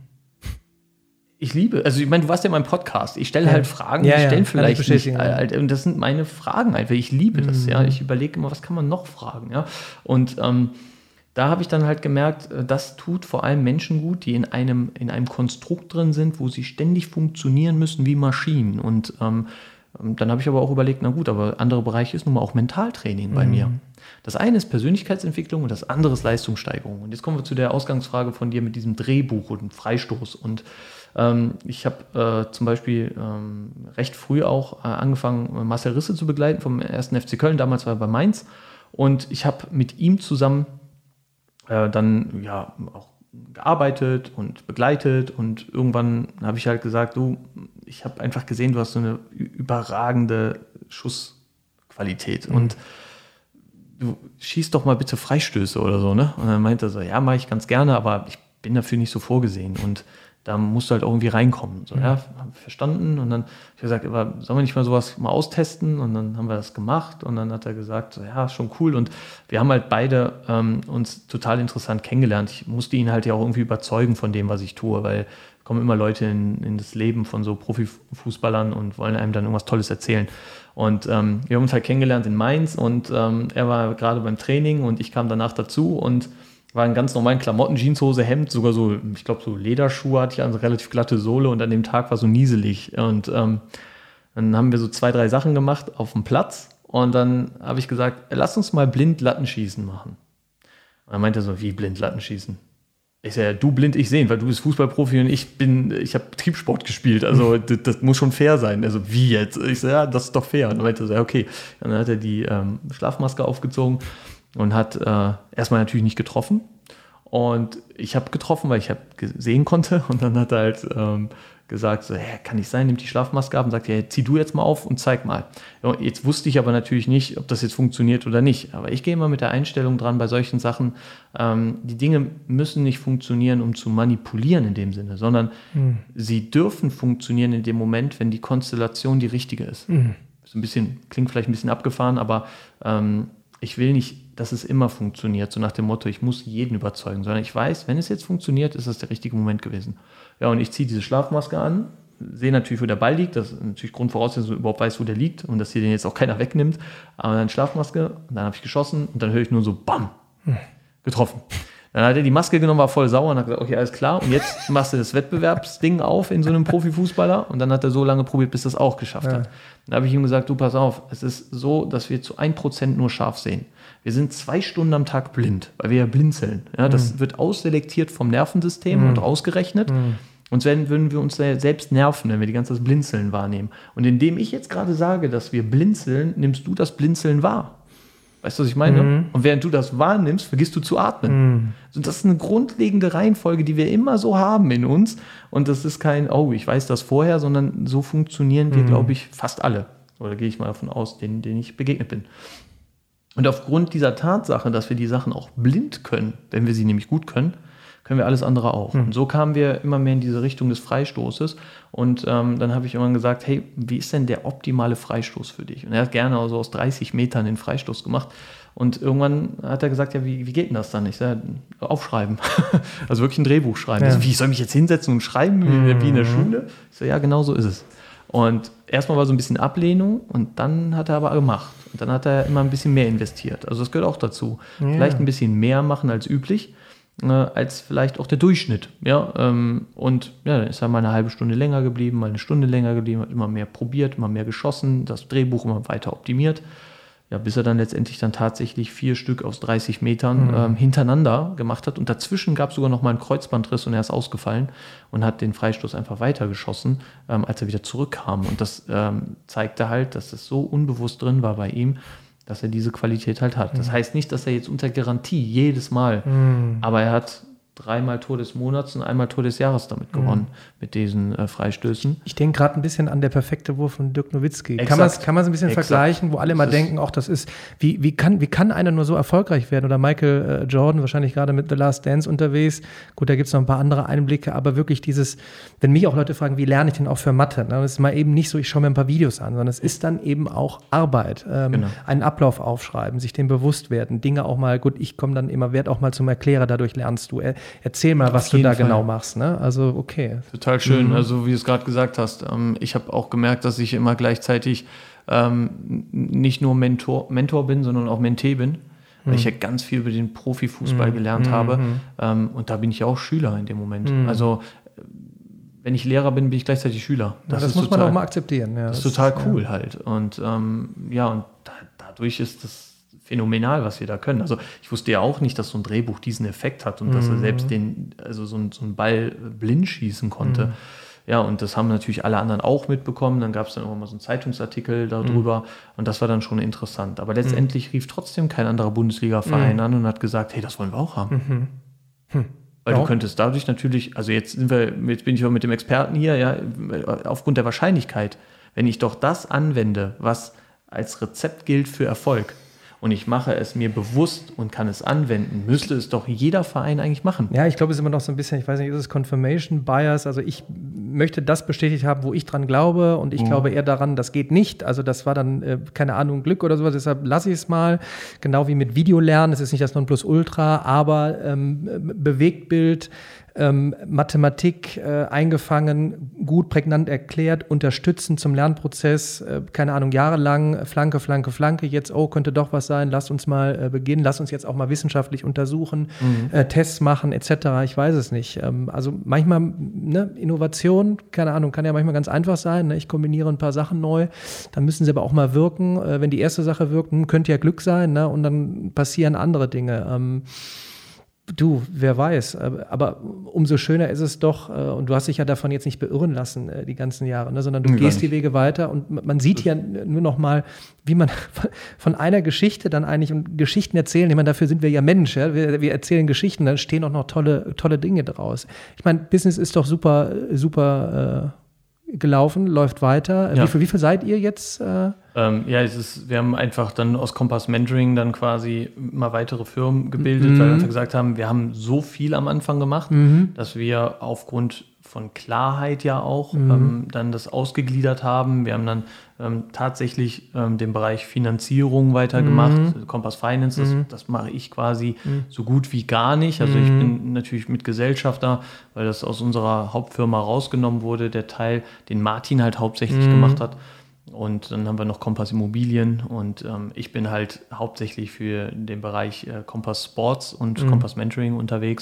Ich liebe, also ich meine, du warst ja in meinem Podcast. Ich stelle ja. halt Fragen, ja, die stellen ja, vielleicht nicht. Ja. Halt, und das sind meine Fragen einfach. Ich liebe das, mhm. ja. Ich überlege immer, was kann man noch fragen, ja. Und ähm, da habe ich dann halt gemerkt, das tut vor allem Menschen gut, die in einem, in einem Konstrukt drin sind, wo sie ständig funktionieren müssen wie Maschinen. Und ähm, dann habe ich aber auch überlegt, na gut, aber andere Bereiche ist nun mal auch Mentaltraining bei mhm. mir. Das eine ist Persönlichkeitsentwicklung und das andere ist Leistungssteigerung. Und jetzt kommen wir zu der Ausgangsfrage von dir mit diesem Drehbuch und Freistoß. Und ähm, ich habe äh, zum Beispiel ähm, recht früh auch äh, angefangen, Marcel Risse zu begleiten vom ersten F C Köln. Damals war er bei Mainz. Und ich habe mit ihm zusammen äh, dann ja auch gearbeitet und begleitet. Und irgendwann habe ich halt gesagt, du, ich habe einfach gesehen, du hast so eine überragende Schussqualität. Mhm. Und du schießt doch mal bitte Freistöße oder so, ne? Und dann meinte er so, ja, mache ich ganz gerne, aber ich bin dafür nicht so vorgesehen und da musst du halt irgendwie reinkommen. So, mhm. ja, hab verstanden und dann habe ich gesagt, aber sollen wir nicht mal sowas mal austesten? Und dann haben wir das gemacht und dann hat er gesagt, so, ja, schon cool und wir haben halt beide ähm, uns total interessant kennengelernt. Ich musste ihn halt ja auch irgendwie überzeugen von dem, was ich tue, weil kommen immer Leute in, in das Leben von so Profifußballern und wollen einem dann irgendwas Tolles erzählen. Und ähm, wir haben uns halt kennengelernt in Mainz und ähm, er war gerade beim Training und ich kam danach dazu und war in ganz normalen Klamotten, Jeanshose, Hemd, sogar so, ich glaube so Lederschuhe hatte ich, also relativ glatte Sohle und an dem Tag war so nieselig. Und ähm, dann haben wir so zwei, drei Sachen gemacht auf dem Platz und dann habe ich gesagt, lass uns mal blind Lattenschießen machen. Und dann meinte er so, wie blind Lattenschießen? Ich sage, ja, du blind, ich sehen, weil du bist Fußballprofi und ich bin, ich habe Betriebssport gespielt, also das, das muss schon fair sein. Also wie jetzt? Ich sage, ja, das ist doch fair. Und dann meinte er so, ja, okay. Und dann hat er die ähm, Schlafmaske aufgezogen und hat äh, erstmal natürlich nicht getroffen. Und ich habe getroffen, weil ich hab sehen konnte. Und dann hat er halt ähm, gesagt, so, hä, kann nicht sein, nimmt die Schlafmaske ab und sagt, ja, zieh du jetzt mal auf und zeig mal. Ja, jetzt wusste ich aber natürlich nicht, ob das jetzt funktioniert oder nicht. Aber ich gehe immer mit der Einstellung dran bei solchen Sachen, ähm, die Dinge müssen nicht funktionieren, um zu manipulieren in dem Sinne, sondern mhm. sie dürfen funktionieren in dem Moment, wenn die Konstellation die richtige ist. Mhm. So ein bisschen, klingt vielleicht ein bisschen abgefahren, aber ähm, ich will nicht, dass es immer funktioniert, so nach dem Motto, ich muss jeden überzeugen, sondern ich weiß, wenn es jetzt funktioniert, ist das der richtige Moment gewesen. Ja, und ich ziehe diese Schlafmaske an, sehe natürlich, wo der Ball liegt, das ist natürlich Grundvoraussetzung, dass ich überhaupt weiß, wo der liegt und dass hier den jetzt auch keiner wegnimmt, aber dann Schlafmaske, und dann habe ich geschossen und dann höre ich nur so, bam, getroffen. Dann hat er die Maske genommen, war voll sauer und hat gesagt, okay, alles klar, und jetzt machst du das Wettbewerbsding auf in so einem Profifußballer und dann hat er so lange probiert, bis er es auch geschafft ja. hat. Dann habe ich ihm gesagt, du, pass auf, es ist so, dass wir zu ein Prozent nur scharf sehen. Wir sind zwei Stunden am Tag blind, weil wir ja blinzeln. Ja, das mhm. wird ausselektiert vom Nervensystem mhm. und ausgerechnet. Mhm. Und dann würden wir uns selbst nerven, wenn wir die ganze Zeit das Blinzeln wahrnehmen. Und indem ich jetzt gerade sage, dass wir blinzeln, nimmst du das Blinzeln wahr. Weißt du, was ich meine? Mhm. Und während du das wahrnimmst, vergisst du zu atmen. Mhm. Und das ist eine grundlegende Reihenfolge, die wir immer so haben in uns. Und das ist kein, oh, ich weiß das vorher, sondern so funktionieren wir, Mhm. glaube ich, fast alle. Oder gehe ich mal davon aus, denen, denen ich begegnet bin. Und aufgrund dieser Tatsache, dass wir die Sachen auch blind können, wenn wir sie nämlich gut können, können wir alles andere auch. Mhm. Und so kamen wir immer mehr in diese Richtung des Freistoßes. Und ähm, dann habe ich irgendwann gesagt, hey, wie ist denn der optimale Freistoß für dich? Und er hat gerne also aus dreißig Metern den Freistoß gemacht. Und irgendwann hat er gesagt, ja, wie, wie geht denn das dann? Ich sage, aufschreiben. Also wirklich ein Drehbuch schreiben. Ja. Also, wie, ich soll mich jetzt hinsetzen und schreiben, mhm. wie in der Schule? Ich so, ja, genau so ist es. Und erstmal war so ein bisschen Ablehnung und dann hat er aber gemacht. Und dann hat er immer ein bisschen mehr investiert. Also das gehört auch dazu. Ja. Vielleicht ein bisschen mehr machen als üblich, äh, als vielleicht auch der Durchschnitt. Ja, ähm, und ja, dann ist er mal eine halbe Stunde länger geblieben, mal eine Stunde länger geblieben, hat immer mehr probiert, immer mehr geschossen, das Drehbuch immer weiter optimiert. Ja, bis er dann letztendlich dann tatsächlich vier Stück aus dreißig Metern mhm. ähm, hintereinander gemacht hat. Und dazwischen gab es sogar noch mal einen Kreuzbandriss und er ist ausgefallen und hat den Freistoß einfach weitergeschossen, ähm, als er wieder zurückkam. Und das ähm, zeigte halt, dass es so unbewusst drin war bei ihm, dass er diese Qualität halt hat. Mhm. Das heißt nicht, dass er jetzt unter Garantie jedes Mal, mhm. aber er hat dreimal Tor des Monats und einmal Tor des Jahres damit gewonnen, mhm. mit diesen äh, Freistößen. Ich denke gerade ein bisschen an der perfekte Wurf von Dirk Nowitzki. Exakt. Kann man es kann man's ein bisschen Exakt. vergleichen, wo alle immer denken, ach, das ist, wie, wie, kann, wie kann einer nur so erfolgreich werden? Oder Michael äh, Jordan, wahrscheinlich gerade mit The Last Dance unterwegs. Gut, da gibt es noch ein paar andere Einblicke, aber wirklich dieses, wenn mich auch Leute fragen, wie lerne ich denn auch für Mathe? Ne? Das ist mal eben nicht so, ich schaue mir ein paar Videos an, sondern es ist dann eben auch Arbeit. Ähm, genau. Einen Ablauf aufschreiben, sich dem bewusst werden, Dinge auch mal, gut, ich komme dann immer, werde auch mal zum Erklärer, dadurch lernst du. Erzähl mal, was du da Fall. genau machst. Ne? Also, okay. Total schön. Mhm. Also, wie du es gerade gesagt hast, ähm, ich habe auch gemerkt, dass ich immer gleichzeitig ähm, nicht nur Mentor, Mentor bin, sondern auch Mentee bin, mhm. weil ich ja ganz viel über den Profifußball mhm. gelernt mhm. habe. Ähm, und da bin ich ja auch Schüler in dem Moment. Mhm. Also, wenn ich Lehrer bin, bin ich gleichzeitig Schüler. Das, ja, das muss total, man auch mal akzeptieren. Ja, das, das ist total cool ja. halt. Und ähm, ja, und da, dadurch ist das phänomenal, was wir da können. Also ich wusste ja auch nicht, dass so ein Drehbuch diesen Effekt hat und mhm. dass er selbst den, also so, ein, so einen Ball blind schießen konnte. Mhm. Ja, und das haben natürlich alle anderen auch mitbekommen. Dann gab es dann auch mal so einen Zeitungsartikel darüber mhm. und das war dann schon interessant. Aber letztendlich mhm. rief trotzdem kein anderer Bundesliga-Verein mhm. an und hat gesagt, hey, das wollen wir auch haben. Mhm. Hm. Weil ja. du könntest dadurch natürlich, also jetzt sind wir, jetzt bin ich auch mit dem Experten hier, ja, aufgrund der Wahrscheinlichkeit, wenn ich doch das anwende, was als Rezept gilt für Erfolg, und ich mache es mir bewusst und kann es anwenden, müsste es doch jeder Verein eigentlich machen. Ja, ich glaube, es ist immer noch so ein bisschen, ich weiß nicht, ist es Confirmation Bias? Also ich möchte das bestätigt haben, wo ich dran glaube und ich mhm. glaube eher daran, das geht nicht. Also das war dann, äh, keine Ahnung, Glück oder sowas, deshalb lasse ich es mal. Genau wie mit Videolernen, es ist nicht das Nonplusultra, aber ähm, Bewegtbild, Ähm, Mathematik äh, eingefangen, gut prägnant erklärt, unterstützen zum Lernprozess, äh, keine Ahnung, jahrelang Flanke, Flanke, Flanke, jetzt, oh, könnte doch was sein, lasst uns mal äh, beginnen, lasst uns jetzt auch mal wissenschaftlich untersuchen, mhm. äh, Tests machen, et cetera. Ich weiß es nicht. Ähm, also manchmal, ne, Innovation, keine Ahnung, kann ja manchmal ganz einfach sein, ne? Ich kombiniere ein paar Sachen neu, dann müssen sie aber auch mal wirken. Äh, wenn die erste Sache wirkt, hm, könnte ja Glück sein, ne? Und dann passieren andere Dinge. Ähm, Du, wer weiß, aber umso schöner ist es doch, und du hast dich ja davon jetzt nicht beirren lassen, die ganzen Jahre, ne, sondern du nee, gehst die Wege weiter und man sieht ja nur noch mal, wie man von einer Geschichte dann eigentlich, und Geschichten erzählen, ich meine, dafür sind wir ja Mensch, ja? wir, wir erzählen Geschichten, da stehen auch noch tolle, tolle Dinge draus. Ich meine, Business ist doch super, super äh, gelaufen, läuft weiter. Ja. Wie viel, wie viel seid ihr jetzt? Äh? Ähm, ja, es ist, wir haben einfach dann aus Compass Mentoring dann quasi mal weitere Firmen gebildet, mhm. weil wir einfach gesagt haben, wir haben so viel am Anfang gemacht, mhm. dass wir aufgrund von Klarheit ja auch mhm. ähm, dann das ausgegliedert haben. Wir haben dann ähm, tatsächlich ähm, den Bereich Finanzierung weitergemacht. Mhm. Compass Finance, das, mhm. das mache ich quasi mhm. so gut wie gar nicht. Also mhm. ich bin natürlich mit Gesellschafter, weil das aus unserer Hauptfirma rausgenommen wurde, der Teil, den Martin halt hauptsächlich mhm. gemacht hat. Und dann haben wir noch Compass Immobilien und ähm, ich bin halt hauptsächlich für den Bereich äh, Compass Sports und mhm. Compass Mentoring unterwegs.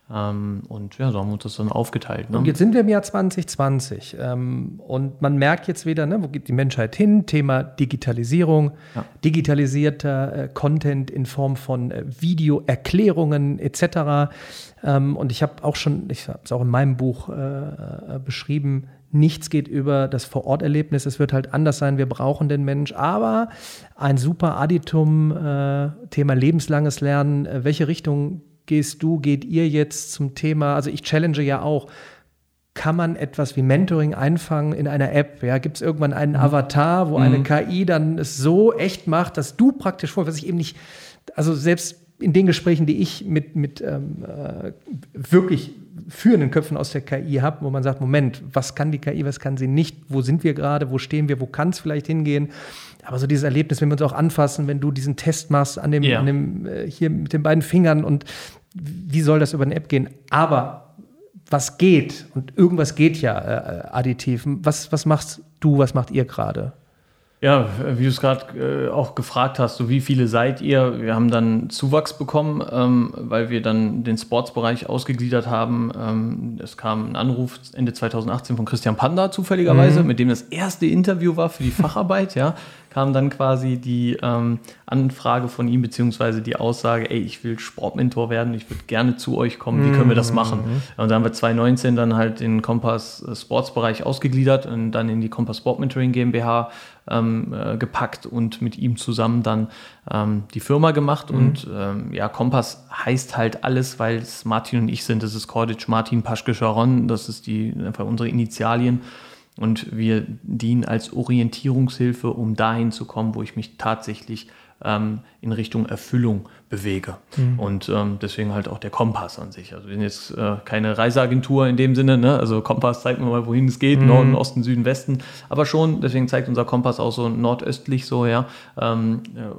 Ähm, und ja, so haben wir uns das dann aufgeteilt. Ne? Und jetzt sind wir im Jahr zwanzig zwanzig ähm, und man merkt jetzt wieder, ne, wo geht die Menschheit hin? Thema Digitalisierung, ja. digitalisierter äh, Content in Form von äh, Videoerklärungen et cetera. Ähm, und ich habe auch schon, ich habe es auch in meinem Buch äh, äh, beschrieben, nichts geht über das Vor-Ort-Erlebnis. Es wird halt anders sein. Wir brauchen den Mensch. Aber ein super Additum, äh, Thema lebenslanges Lernen. Äh, welche Richtung gehst du, geht ihr jetzt zum Thema? Also ich challenge ja auch. Kann man etwas wie Mentoring einfangen in einer App? Ja, gibt es irgendwann einen mhm. Avatar, wo mhm. eine K I dann es so echt macht, dass du praktisch vor, was ich eben nicht, also selbst in den Gesprächen, die ich mit, mit ähm, äh, wirklich führenden Köpfen aus der K I habe, wo man sagt, Moment, was kann die K I, was kann sie nicht, wo sind wir gerade, wo stehen wir, wo kann es vielleicht hingehen? Aber so dieses Erlebnis, wenn wir uns auch anfassen, wenn du diesen Test machst an dem, ja. an dem äh, hier mit den beiden Fingern und wie soll das über eine App gehen? Aber was geht? Und irgendwas geht ja äh, additiv. Was, was machst du, was macht ihr gerade? Ja, wie du es gerade äh, auch gefragt hast, so wie viele seid ihr? Wir haben dann Zuwachs bekommen, ähm, weil wir dann den Sportsbereich ausgegliedert haben. Ähm, es kam ein Anruf Ende zwanzig achtzehn von Christian Panda zufälligerweise, mhm. mit dem das erste Interview war für die Facharbeit, ja. Kam dann quasi die ähm, Anfrage von ihm, beziehungsweise die Aussage, ey, ich will Sportmentor werden, ich würde gerne zu euch kommen, wie können wir das machen? Mhm. Und dann haben wir zwanzig neunzehn dann halt den Kompass Sportsbereich ausgegliedert und dann in die Kompass Sport Mentoring GmbH ähm, äh, gepackt und mit ihm zusammen dann ähm, die Firma gemacht. Mhm. Und ähm, ja, Kompass heißt halt alles, weil es Martin und ich sind. Das ist Kordic, Martin, Paschke, Sharon, das ist die einfach unsere Initialien. Und wir dienen als Orientierungshilfe, um dahin zu kommen, wo ich mich tatsächlich ähm, in Richtung Erfüllung bewege. Mhm. Und ähm, deswegen halt auch der Kompass an sich. Also wir sind jetzt äh, keine Reiseagentur in dem Sinne, ne? Also Kompass zeigt mir mal, wohin es geht, mhm. Norden, Osten, Süden, Westen. Aber schon, deswegen zeigt unser Kompass auch so nordöstlich so, ja, ähm,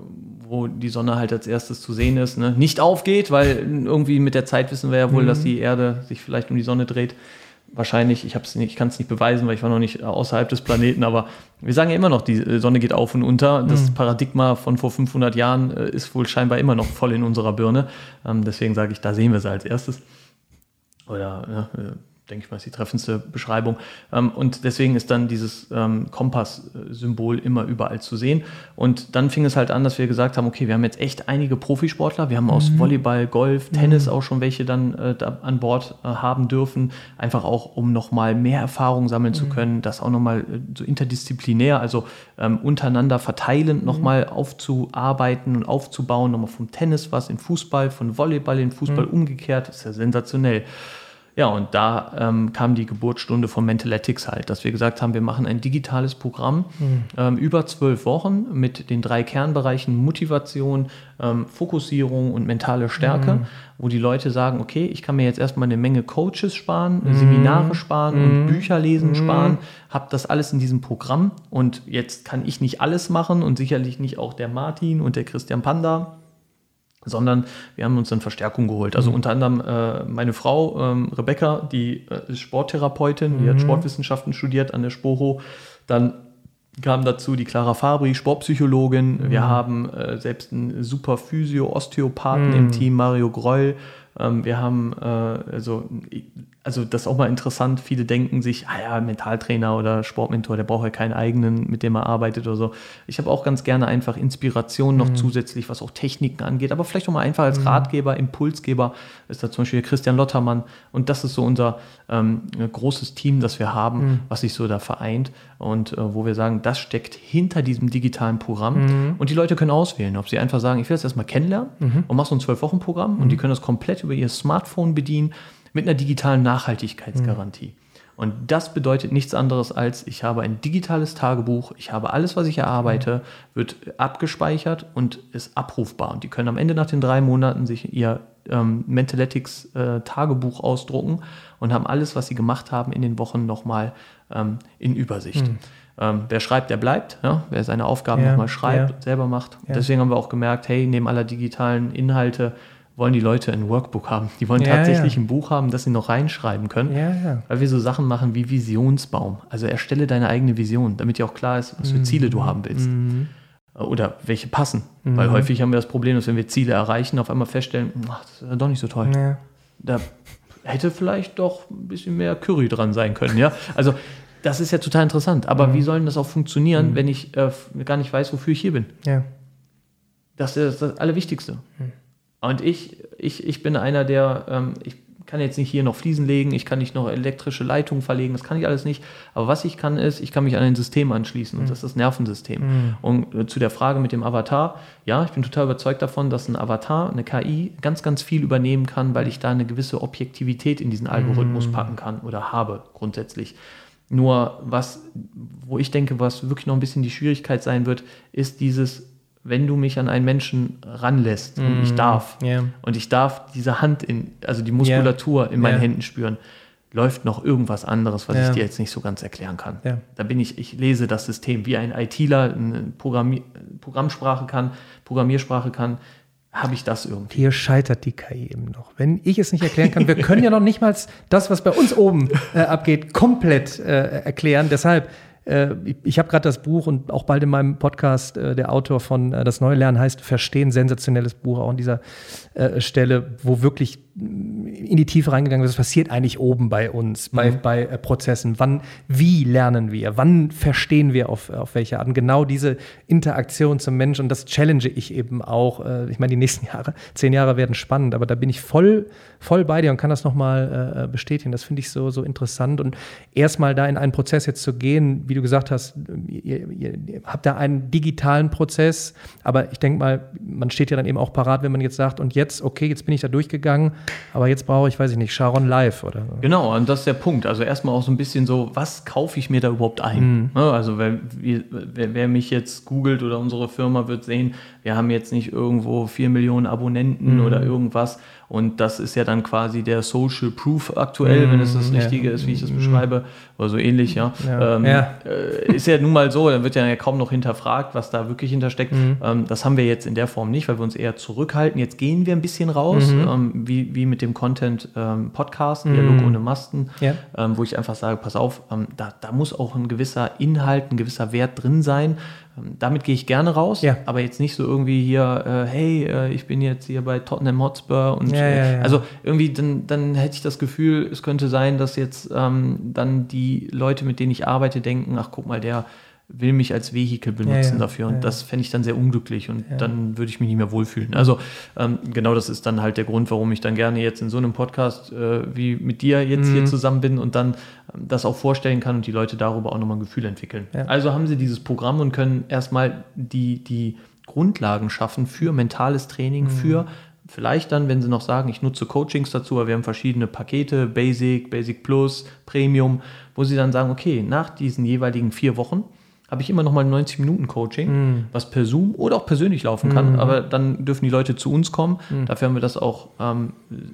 wo die Sonne halt als erstes zu sehen ist. Ne? Nicht aufgeht, weil irgendwie mit der Zeit wissen wir ja wohl, mhm. dass die Erde sich vielleicht um die Sonne dreht. Wahrscheinlich, ich, hab's nicht, ich kann es nicht beweisen, weil ich war noch nicht außerhalb des Planeten, aber wir sagen ja immer noch, die Sonne geht auf und unter. Das mhm. Paradigma von vor fünfhundert Jahren äh, ist wohl scheinbar immer noch voll in unserer Birne. Ähm, deswegen sage ich, da sehen wir sie als erstes. Oder, ja, denke ich mal, ist die treffendste Beschreibung. Ähm, und deswegen ist dann dieses ähm, Kompass-Symbol immer überall zu sehen. Und dann fing es halt an, dass wir gesagt haben, okay, wir haben jetzt echt einige Profisportler. Wir haben aus mhm. Volleyball, Golf, Tennis mhm. auch schon welche dann äh, da an Bord äh, haben dürfen. Einfach auch, um nochmal mehr Erfahrung sammeln mhm. zu können. Das auch nochmal äh, so interdisziplinär, also ähm, untereinander verteilend mhm. nochmal aufzuarbeiten und aufzubauen. Nochmal vom Tennis was in Fußball, von Volleyball in Fußball mhm. umgekehrt. Das ist ja sensationell. Ja, und da ähm, kam die Geburtsstunde von Mentaletics halt, dass wir gesagt haben, wir machen ein digitales Programm mhm. ähm, über zwölf Wochen mit den drei Kernbereichen Motivation, ähm, Fokussierung und mentale Stärke, mhm. wo die Leute sagen, okay, ich kann mir jetzt erstmal eine Menge Coaches sparen, mhm. Seminare sparen mhm. und Bücher lesen mhm. sparen, habe das alles in diesem Programm und jetzt kann ich nicht alles machen und sicherlich nicht auch der Martin und der Christian Panda, sondern wir haben uns dann Verstärkung geholt. Also mhm. unter anderem äh, meine Frau ähm, Rebecca, die äh, ist Sporttherapeutin, die mhm. hat Sportwissenschaften studiert an der Spoho. Dann kam dazu die Clara Fabri, Sportpsychologin. Mhm. Wir haben äh, selbst einen super Physio-Osteopathen mhm. im Team, Mario Groll. Ähm, wir haben, äh, also, also das ist auch mal interessant, viele denken sich, ah ja, Mentaltrainer oder Sportmentor, der braucht ja keinen eigenen, mit dem er arbeitet oder so. Ich habe auch ganz gerne einfach Inspiration noch mhm. zusätzlich, was auch Techniken angeht, aber vielleicht auch mal einfach als mhm. Ratgeber, Impulsgeber ist da zum Beispiel Christian Lottermann und das ist so unser ähm, großes Team, das wir haben, mhm. was sich so da vereint und äh, wo wir sagen, das steckt hinter diesem digitalen Programm mhm. und die Leute können auswählen, ob sie einfach sagen, ich will das erstmal kennenlernen mhm. und mach so ein zwölf-Wochen-Programm mhm. und die können das komplett über ihr Smartphone bedienen mit einer digitalen Nachhaltigkeitsgarantie. Mhm. Und das bedeutet nichts anderes als, ich habe ein digitales Tagebuch, ich habe alles, was ich erarbeite, wird abgespeichert und ist abrufbar. Und die können am Ende nach den drei Monaten sich ihr ähm, Mentaletics äh, Tagebuch ausdrucken und haben alles, was sie gemacht haben in den Wochen nochmal ähm, in Übersicht. Mhm. Ähm, wer schreibt, der bleibt. Ja? Wer seine Aufgaben ja, nochmal schreibt, ja. selber macht. Ja. Deswegen haben wir auch gemerkt, hey, neben aller digitalen Inhalte wollen die Leute ein Workbook haben. Die wollen ja, tatsächlich ja. ein Buch haben, das sie noch reinschreiben können. Ja, ja. Weil wir so Sachen machen wie Visionsbaum. Also erstelle deine eigene Vision, damit dir auch klar ist, was für mhm. Ziele du haben willst. Mhm. Oder welche passen. Mhm. Weil häufig haben wir das Problem, dass wenn wir Ziele erreichen, auf einmal feststellen, ach, das ist ja doch nicht so toll. Ja. Da hätte vielleicht doch ein bisschen mehr Curry dran sein können, ja. Also das ist ja total interessant. Aber mhm. wie soll denn das auch funktionieren, mhm. wenn ich äh, gar nicht weiß, wofür ich hier bin? Ja. Das ist das Allerwichtigste. Mhm. Und ich, ich, ich bin einer, der, ähm, ich kann jetzt nicht hier noch Fliesen legen, ich kann nicht noch elektrische Leitungen verlegen, das kann ich alles nicht. Aber was ich kann, ist, ich kann mich an ein System anschließen und mhm. das ist das Nervensystem. Mhm. Und äh, zu der Frage mit dem Avatar, ja, ich bin total überzeugt davon, dass ein Avatar, eine K I, ganz, ganz viel übernehmen kann, weil ich da eine gewisse Objektivität in diesen Algorithmus mhm. packen kann oder habe grundsätzlich. Nur was, wo ich denke, was wirklich noch ein bisschen die Schwierigkeit sein wird, ist dieses, wenn du mich an einen Menschen ranlässt mm, und ich darf, yeah. und ich darf diese Hand, in, also die Muskulatur yeah. in meinen yeah. Händen spüren, läuft noch irgendwas anderes, was yeah. ich dir jetzt nicht so ganz erklären kann. Yeah. Da bin ich, ich lese das System, wie ein ITler eine Programmier, Programmsprache kann, Programmiersprache kann, habe ich das irgendwie. Hier scheitert die K I eben noch. Wenn ich es nicht erklären kann, wir können ja noch nicht mal das, was bei uns oben äh, abgeht, komplett äh, erklären. Deshalb, äh, ich, ich habe gerade das Buch und auch bald in meinem Podcast, äh, der Autor von äh, Das Neue Lernen heißt Verstehen, sensationelles Buch, auch an dieser äh, Stelle, wo wirklich in die Tiefe reingegangen wird, was passiert eigentlich oben bei uns, bei, mhm. bei äh, Prozessen, wann, wie lernen wir, wann verstehen wir auf, auf welche Art, und genau diese Interaktion zum Mensch, und das challenge ich eben auch, äh, ich meine, die nächsten Jahre, zehn Jahre werden spannend, aber da bin ich voll, voll bei dir und kann das nochmal äh, bestätigen, das finde ich so, so interessant, und erstmal da in einen Prozess jetzt zu gehen, wie du gesagt hast, ihr, ihr, ihr habt da einen digitalen Prozess, aber ich denke mal, man steht ja dann eben auch parat, wenn man jetzt sagt, und jetzt, okay, jetzt bin ich da durchgegangen, aber jetzt brauche ich, weiß ich nicht, Sharon Live oder so. Genau, und das ist der Punkt. Also erstmal auch so ein bisschen so, was kaufe ich mir da überhaupt ein? Mhm. Also wer, wer, wer mich jetzt googelt oder unsere Firma wird sehen, wir haben jetzt nicht irgendwo vier Millionen Abonnenten mhm. oder irgendwas. Und das ist ja dann quasi der Social Proof aktuell, mm, wenn es das Richtige ja. ist, wie ich das beschreibe, oder so ähnlich, ja. ja. Ähm, ja. Äh, ist ja nun mal so, dann wird ja kaum noch hinterfragt, was da wirklich hintersteckt. Mm. Ähm, das haben wir jetzt in der Form nicht, weil wir uns eher zurückhalten. Jetzt gehen wir ein bisschen raus, mm. ähm, wie, wie mit dem Content ähm, Podcast, mm. Dialog ohne Masten, ja. ähm, wo ich einfach sage, pass auf, ähm, da, da muss auch ein gewisser Inhalt, ein gewisser Wert drin sein. Damit gehe ich gerne raus, ja. aber jetzt nicht so irgendwie hier, äh, hey, äh, ich bin jetzt hier bei Tottenham Hotspur und ja, ja, ja. also irgendwie, dann, dann hätte ich das Gefühl, es könnte sein, dass jetzt ähm, dann die Leute, mit denen ich arbeite, denken, ach guck mal, der will mich als Vehikel benutzen ja, ja, dafür und ja, das fände ich dann sehr unglücklich und ja. dann würde ich mich nicht mehr wohlfühlen. Also ähm, genau das ist dann halt der Grund, warum ich dann gerne jetzt in so einem Podcast äh, wie mit dir jetzt mhm. hier zusammen bin und dann ähm, das auch vorstellen kann und die Leute darüber auch nochmal ein Gefühl entwickeln. Ja. Also haben sie dieses Programm und können erstmal die, die Grundlagen schaffen für mentales Training, mhm. für vielleicht dann, wenn sie noch sagen, ich nutze Coachings dazu, aber wir haben verschiedene Pakete, Basic, Basic Plus, Premium, wo sie dann sagen, okay, nach diesen jeweiligen vier Wochen habe ich immer noch mal ein neunzig-Minuten-Coaching, mm. was per Zoom oder auch persönlich laufen kann, mm. aber dann dürfen die Leute zu uns kommen. Mm. Dafür haben wir das auch ähm,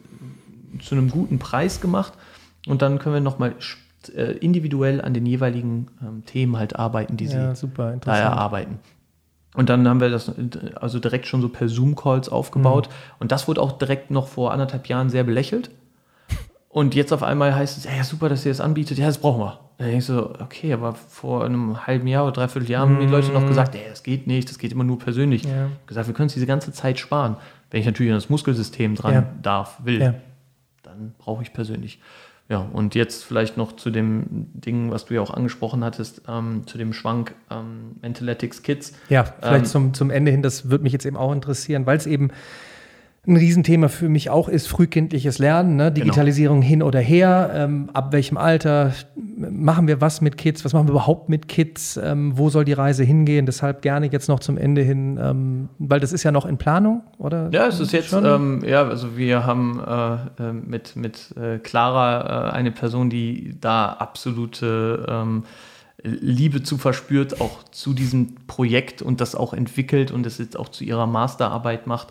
zu einem guten Preis gemacht und dann können wir noch mal äh, individuell an den jeweiligen ähm, Themen halt arbeiten, die ja, sie super, da erarbeiten. Und dann haben wir das also direkt schon so per Zoom-Calls aufgebaut mm. und das wurde auch direkt noch vor anderthalb Jahren sehr belächelt. Und jetzt auf einmal heißt es, ja super, dass ihr das anbietet, ja, das brauchen wir. Da denke ich so, okay, aber vor einem halben Jahr oder dreiviertel Jahr haben mm. die Leute noch gesagt, ey, das geht nicht, das geht immer nur persönlich. Ja. Ich habe gesagt, wir können es diese ganze Zeit sparen. Wenn ich natürlich an das Muskelsystem dran ja. darf, will, ja. dann brauche ich persönlich. Ja, und jetzt vielleicht noch zu dem Ding, was du ja auch angesprochen hattest, ähm, zu dem Schwank ähm, Mentaletics Kids. Ja, vielleicht ähm, zum, zum Ende hin, das würde mich jetzt eben auch interessieren, weil es eben ein Riesenthema für mich auch ist frühkindliches Lernen, ne? Digitalisierung genau. hin oder her, ähm, ab welchem Alter machen wir was mit Kids, was machen wir überhaupt mit Kids, ähm, wo soll die Reise hingehen, deshalb gerne jetzt noch zum Ende hin, ähm, weil das ist ja noch in Planung, oder? Ja, es ist jetzt, ähm, ja, also wir haben äh, mit, mit äh, Clara äh, eine Person, die da absolute ähm, Liebe zu verspürt, auch zu diesem Projekt und das auch entwickelt und das jetzt auch zu ihrer Masterarbeit macht,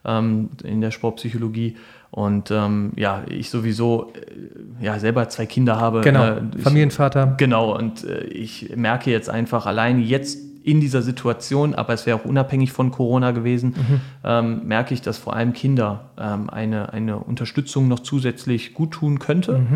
in der Sportpsychologie und ähm, ja, ich sowieso äh, ja selber zwei Kinder habe. Genau, äh, ich, Familienvater. Genau, und äh, ich merke jetzt einfach allein jetzt in dieser Situation, aber es wäre auch unabhängig von Corona gewesen, mhm. ähm, merke ich, dass vor allem Kinder ähm, eine, eine Unterstützung noch zusätzlich gut tun könnte. Mhm.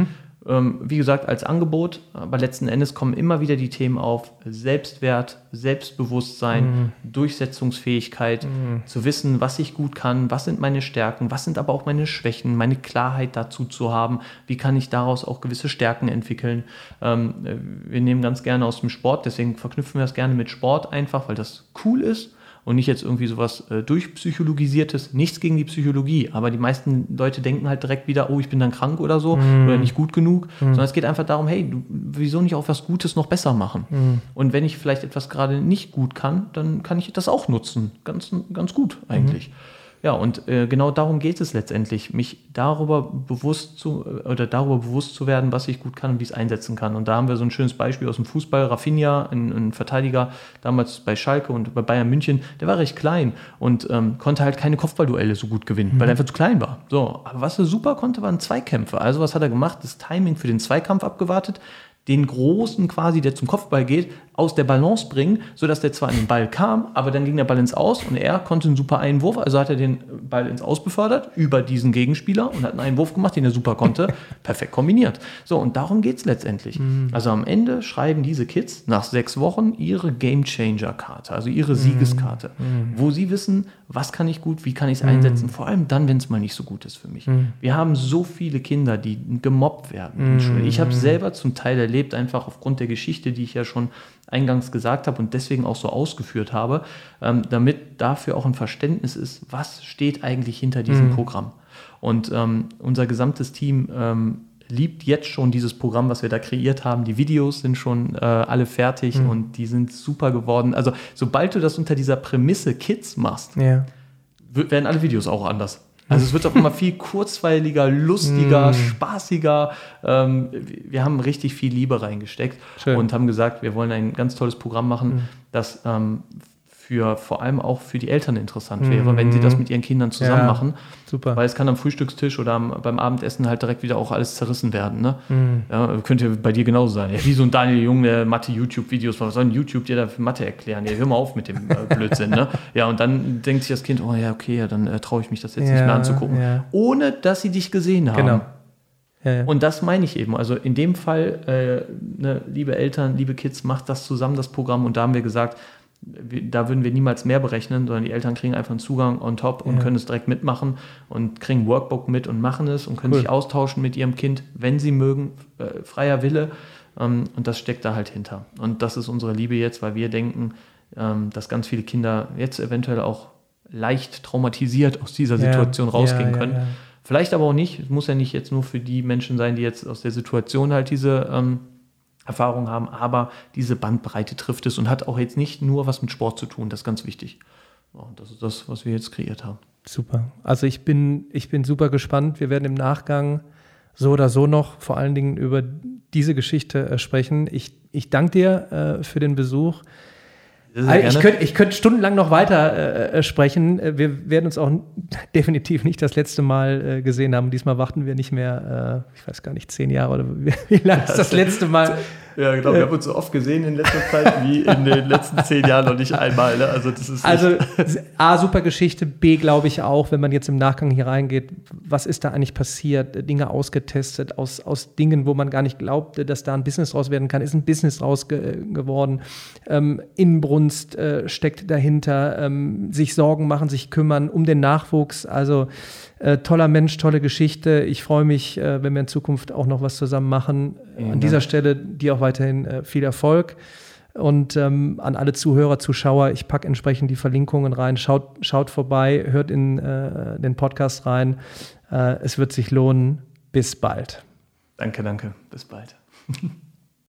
ähm, wie gesagt, als Angebot, aber letzten Endes kommen immer wieder die Themen auf Selbstwert, Selbstbewusstsein, mhm. Durchsetzungsfähigkeit, mhm. zu wissen, was ich gut kann, was sind meine Stärken, was sind aber auch meine Schwächen, meine Klarheit dazu zu haben, wie kann ich daraus auch gewisse Stärken entwickeln. Ähm, wir nehmen ganz gerne aus dem Sport, deswegen verknüpfen wir das gerne mit Sport einfach, weil das cool ist. Und nicht jetzt irgendwie sowas äh, durchpsychologisiertes, nichts gegen die Psychologie, aber die meisten Leute denken halt direkt wieder, oh, ich bin dann krank oder so mm. oder nicht gut genug, mm. sondern es geht einfach darum, hey, du, wieso nicht auch was Gutes noch besser machen? Mm. Und wenn ich vielleicht etwas gerade nicht gut kann, dann kann ich das auch nutzen, ganz, ganz gut eigentlich. Mm. Ja, und äh, genau darum geht es letztendlich, mich darüber bewusst zu oder darüber bewusst zu werden, was ich gut kann und wie ich es einsetzen kann. Und da haben wir so ein schönes Beispiel aus dem Fußball. Rafinha, ein, ein Verteidiger, damals bei Schalke und bei Bayern München, der war recht klein und ähm, konnte halt keine Kopfballduelle so gut gewinnen, mhm. weil er einfach zu klein war. So, aber was er super konnte, waren Zweikämpfe. Also was hat er gemacht? Das Timing für den Zweikampf abgewartet, den Großen quasi, der zum Kopfball geht, aus der Balance bringen, sodass der zwar an den Ball kam, aber dann ging der Ball ins Aus und er konnte einen super Einwurf, also hat er den Ball ins Aus befördert über diesen Gegenspieler und hat einen Einwurf gemacht, den er super konnte, perfekt kombiniert. So, und darum geht es letztendlich. Mhm. Also am Ende schreiben diese Kids nach sechs Wochen ihre Game-Changer-Karte, also ihre Siegeskarte, mhm. wo sie wissen, was kann ich gut, wie kann ich es mhm. einsetzen, vor allem dann, wenn es mal nicht so gut ist für mich. Mhm. Wir haben so viele Kinder, die gemobbt werden. Mhm. Ich habe es selber zum Teil erlebt, einfach aufgrund der Geschichte, die ich ja schon eingangs gesagt habe und deswegen auch so ausgeführt habe, ähm, damit dafür auch ein Verständnis ist, was steht eigentlich hinter diesem mhm. Programm. Und ähm, unser gesamtes Team ähm, liebt jetzt schon dieses Programm, was wir da kreiert haben. Die Videos sind schon äh, alle fertig mhm. und die sind super geworden. Also sobald du das unter dieser Prämisse Kids machst, ja. w- werden alle Videos auch anders. Also es wird auch immer viel kurzweiliger, lustiger, mm. spaßiger. Ähm, wir haben richtig viel Liebe reingesteckt Schön. Und haben gesagt, wir wollen ein ganz tolles Programm machen, mm. das ähm, für vor allem auch für die Eltern interessant wäre, mm. wenn sie das mit ihren Kindern zusammen ja, machen. Super. Weil es kann am Frühstückstisch oder am, beim Abendessen halt direkt wieder auch alles zerrissen werden. Ne? Mm. Ja, könnte bei dir genauso sein. Ja, wie so ein Daniel Jung, der Mathe-YouTube-Videos macht. Was soll ein YouTube dir da für Mathe erklären? Ja, hör mal auf mit dem äh, Blödsinn. Ne? Ja, und dann denkt sich das Kind, oh ja, okay, ja, dann äh, traue ich mich das jetzt ja, nicht mehr anzugucken. Ja. Ohne, dass sie dich gesehen haben. Genau. Ja, ja. Und das meine ich eben. Also in dem Fall, äh, ne, liebe Eltern, liebe Kids, macht das zusammen, das Programm. Und da haben wir gesagt, da würden wir niemals mehr berechnen, sondern die Eltern kriegen einfach einen Zugang on top und ja. können es direkt mitmachen und kriegen ein Workbook mit und machen es und können cool. sich austauschen mit ihrem Kind, wenn sie mögen, äh, freier Wille. Ähm, und das steckt da halt hinter. Und das ist unsere Liebe jetzt, weil wir denken, ähm, dass ganz viele Kinder jetzt eventuell auch leicht traumatisiert aus dieser Situation ja. rausgehen ja, können. Ja, ja. Vielleicht aber auch nicht. Es muss ja nicht jetzt nur für die Menschen sein, die jetzt aus der Situation halt diese ähm, Erfahrung haben, aber diese Bandbreite trifft es und hat auch jetzt nicht nur was mit Sport zu tun, das ist ganz wichtig. Und das ist das, was wir jetzt kreiert haben. Super. Also ich bin, ich bin super gespannt. Wir werden im Nachgang so oder so noch vor allen Dingen über diese Geschichte äh, sprechen. Ich, ich danke dir äh, für den Besuch. Ich könnte ich könnt stundenlang noch weiter äh, sprechen. Wir werden uns auch definitiv nicht das letzte Mal äh, gesehen haben. Diesmal warten wir nicht mehr, äh, ich weiß gar nicht, zehn Jahre oder wie, wie lange ist das letzte Mal? Ja, genau. Wir haben uns so oft gesehen in letzter Zeit wie in den letzten zehn Jahren noch nicht einmal. Ne? Also, das ist also A, super Geschichte. B, glaube ich auch, wenn man jetzt im Nachgang hier reingeht, was ist da eigentlich passiert? Dinge ausgetestet aus, aus Dingen, wo man gar nicht glaubte, dass da ein Business raus werden kann. Ist ein Business raus ge- geworden. Ähm, Inbrunst äh, steckt dahinter. Ähm, sich Sorgen machen, sich kümmern um den Nachwuchs. Also Äh, toller Mensch, tolle Geschichte. Ich freue mich, äh, wenn wir in Zukunft auch noch was zusammen machen. Ja, an dieser Stelle dir auch weiterhin äh, viel Erfolg. Und ähm, an alle Zuhörer, Zuschauer, ich packe entsprechend die Verlinkungen rein. Schaut, schaut vorbei, hört in äh, den Podcast rein. Äh, es wird sich lohnen. Bis bald. Danke, danke. Bis bald.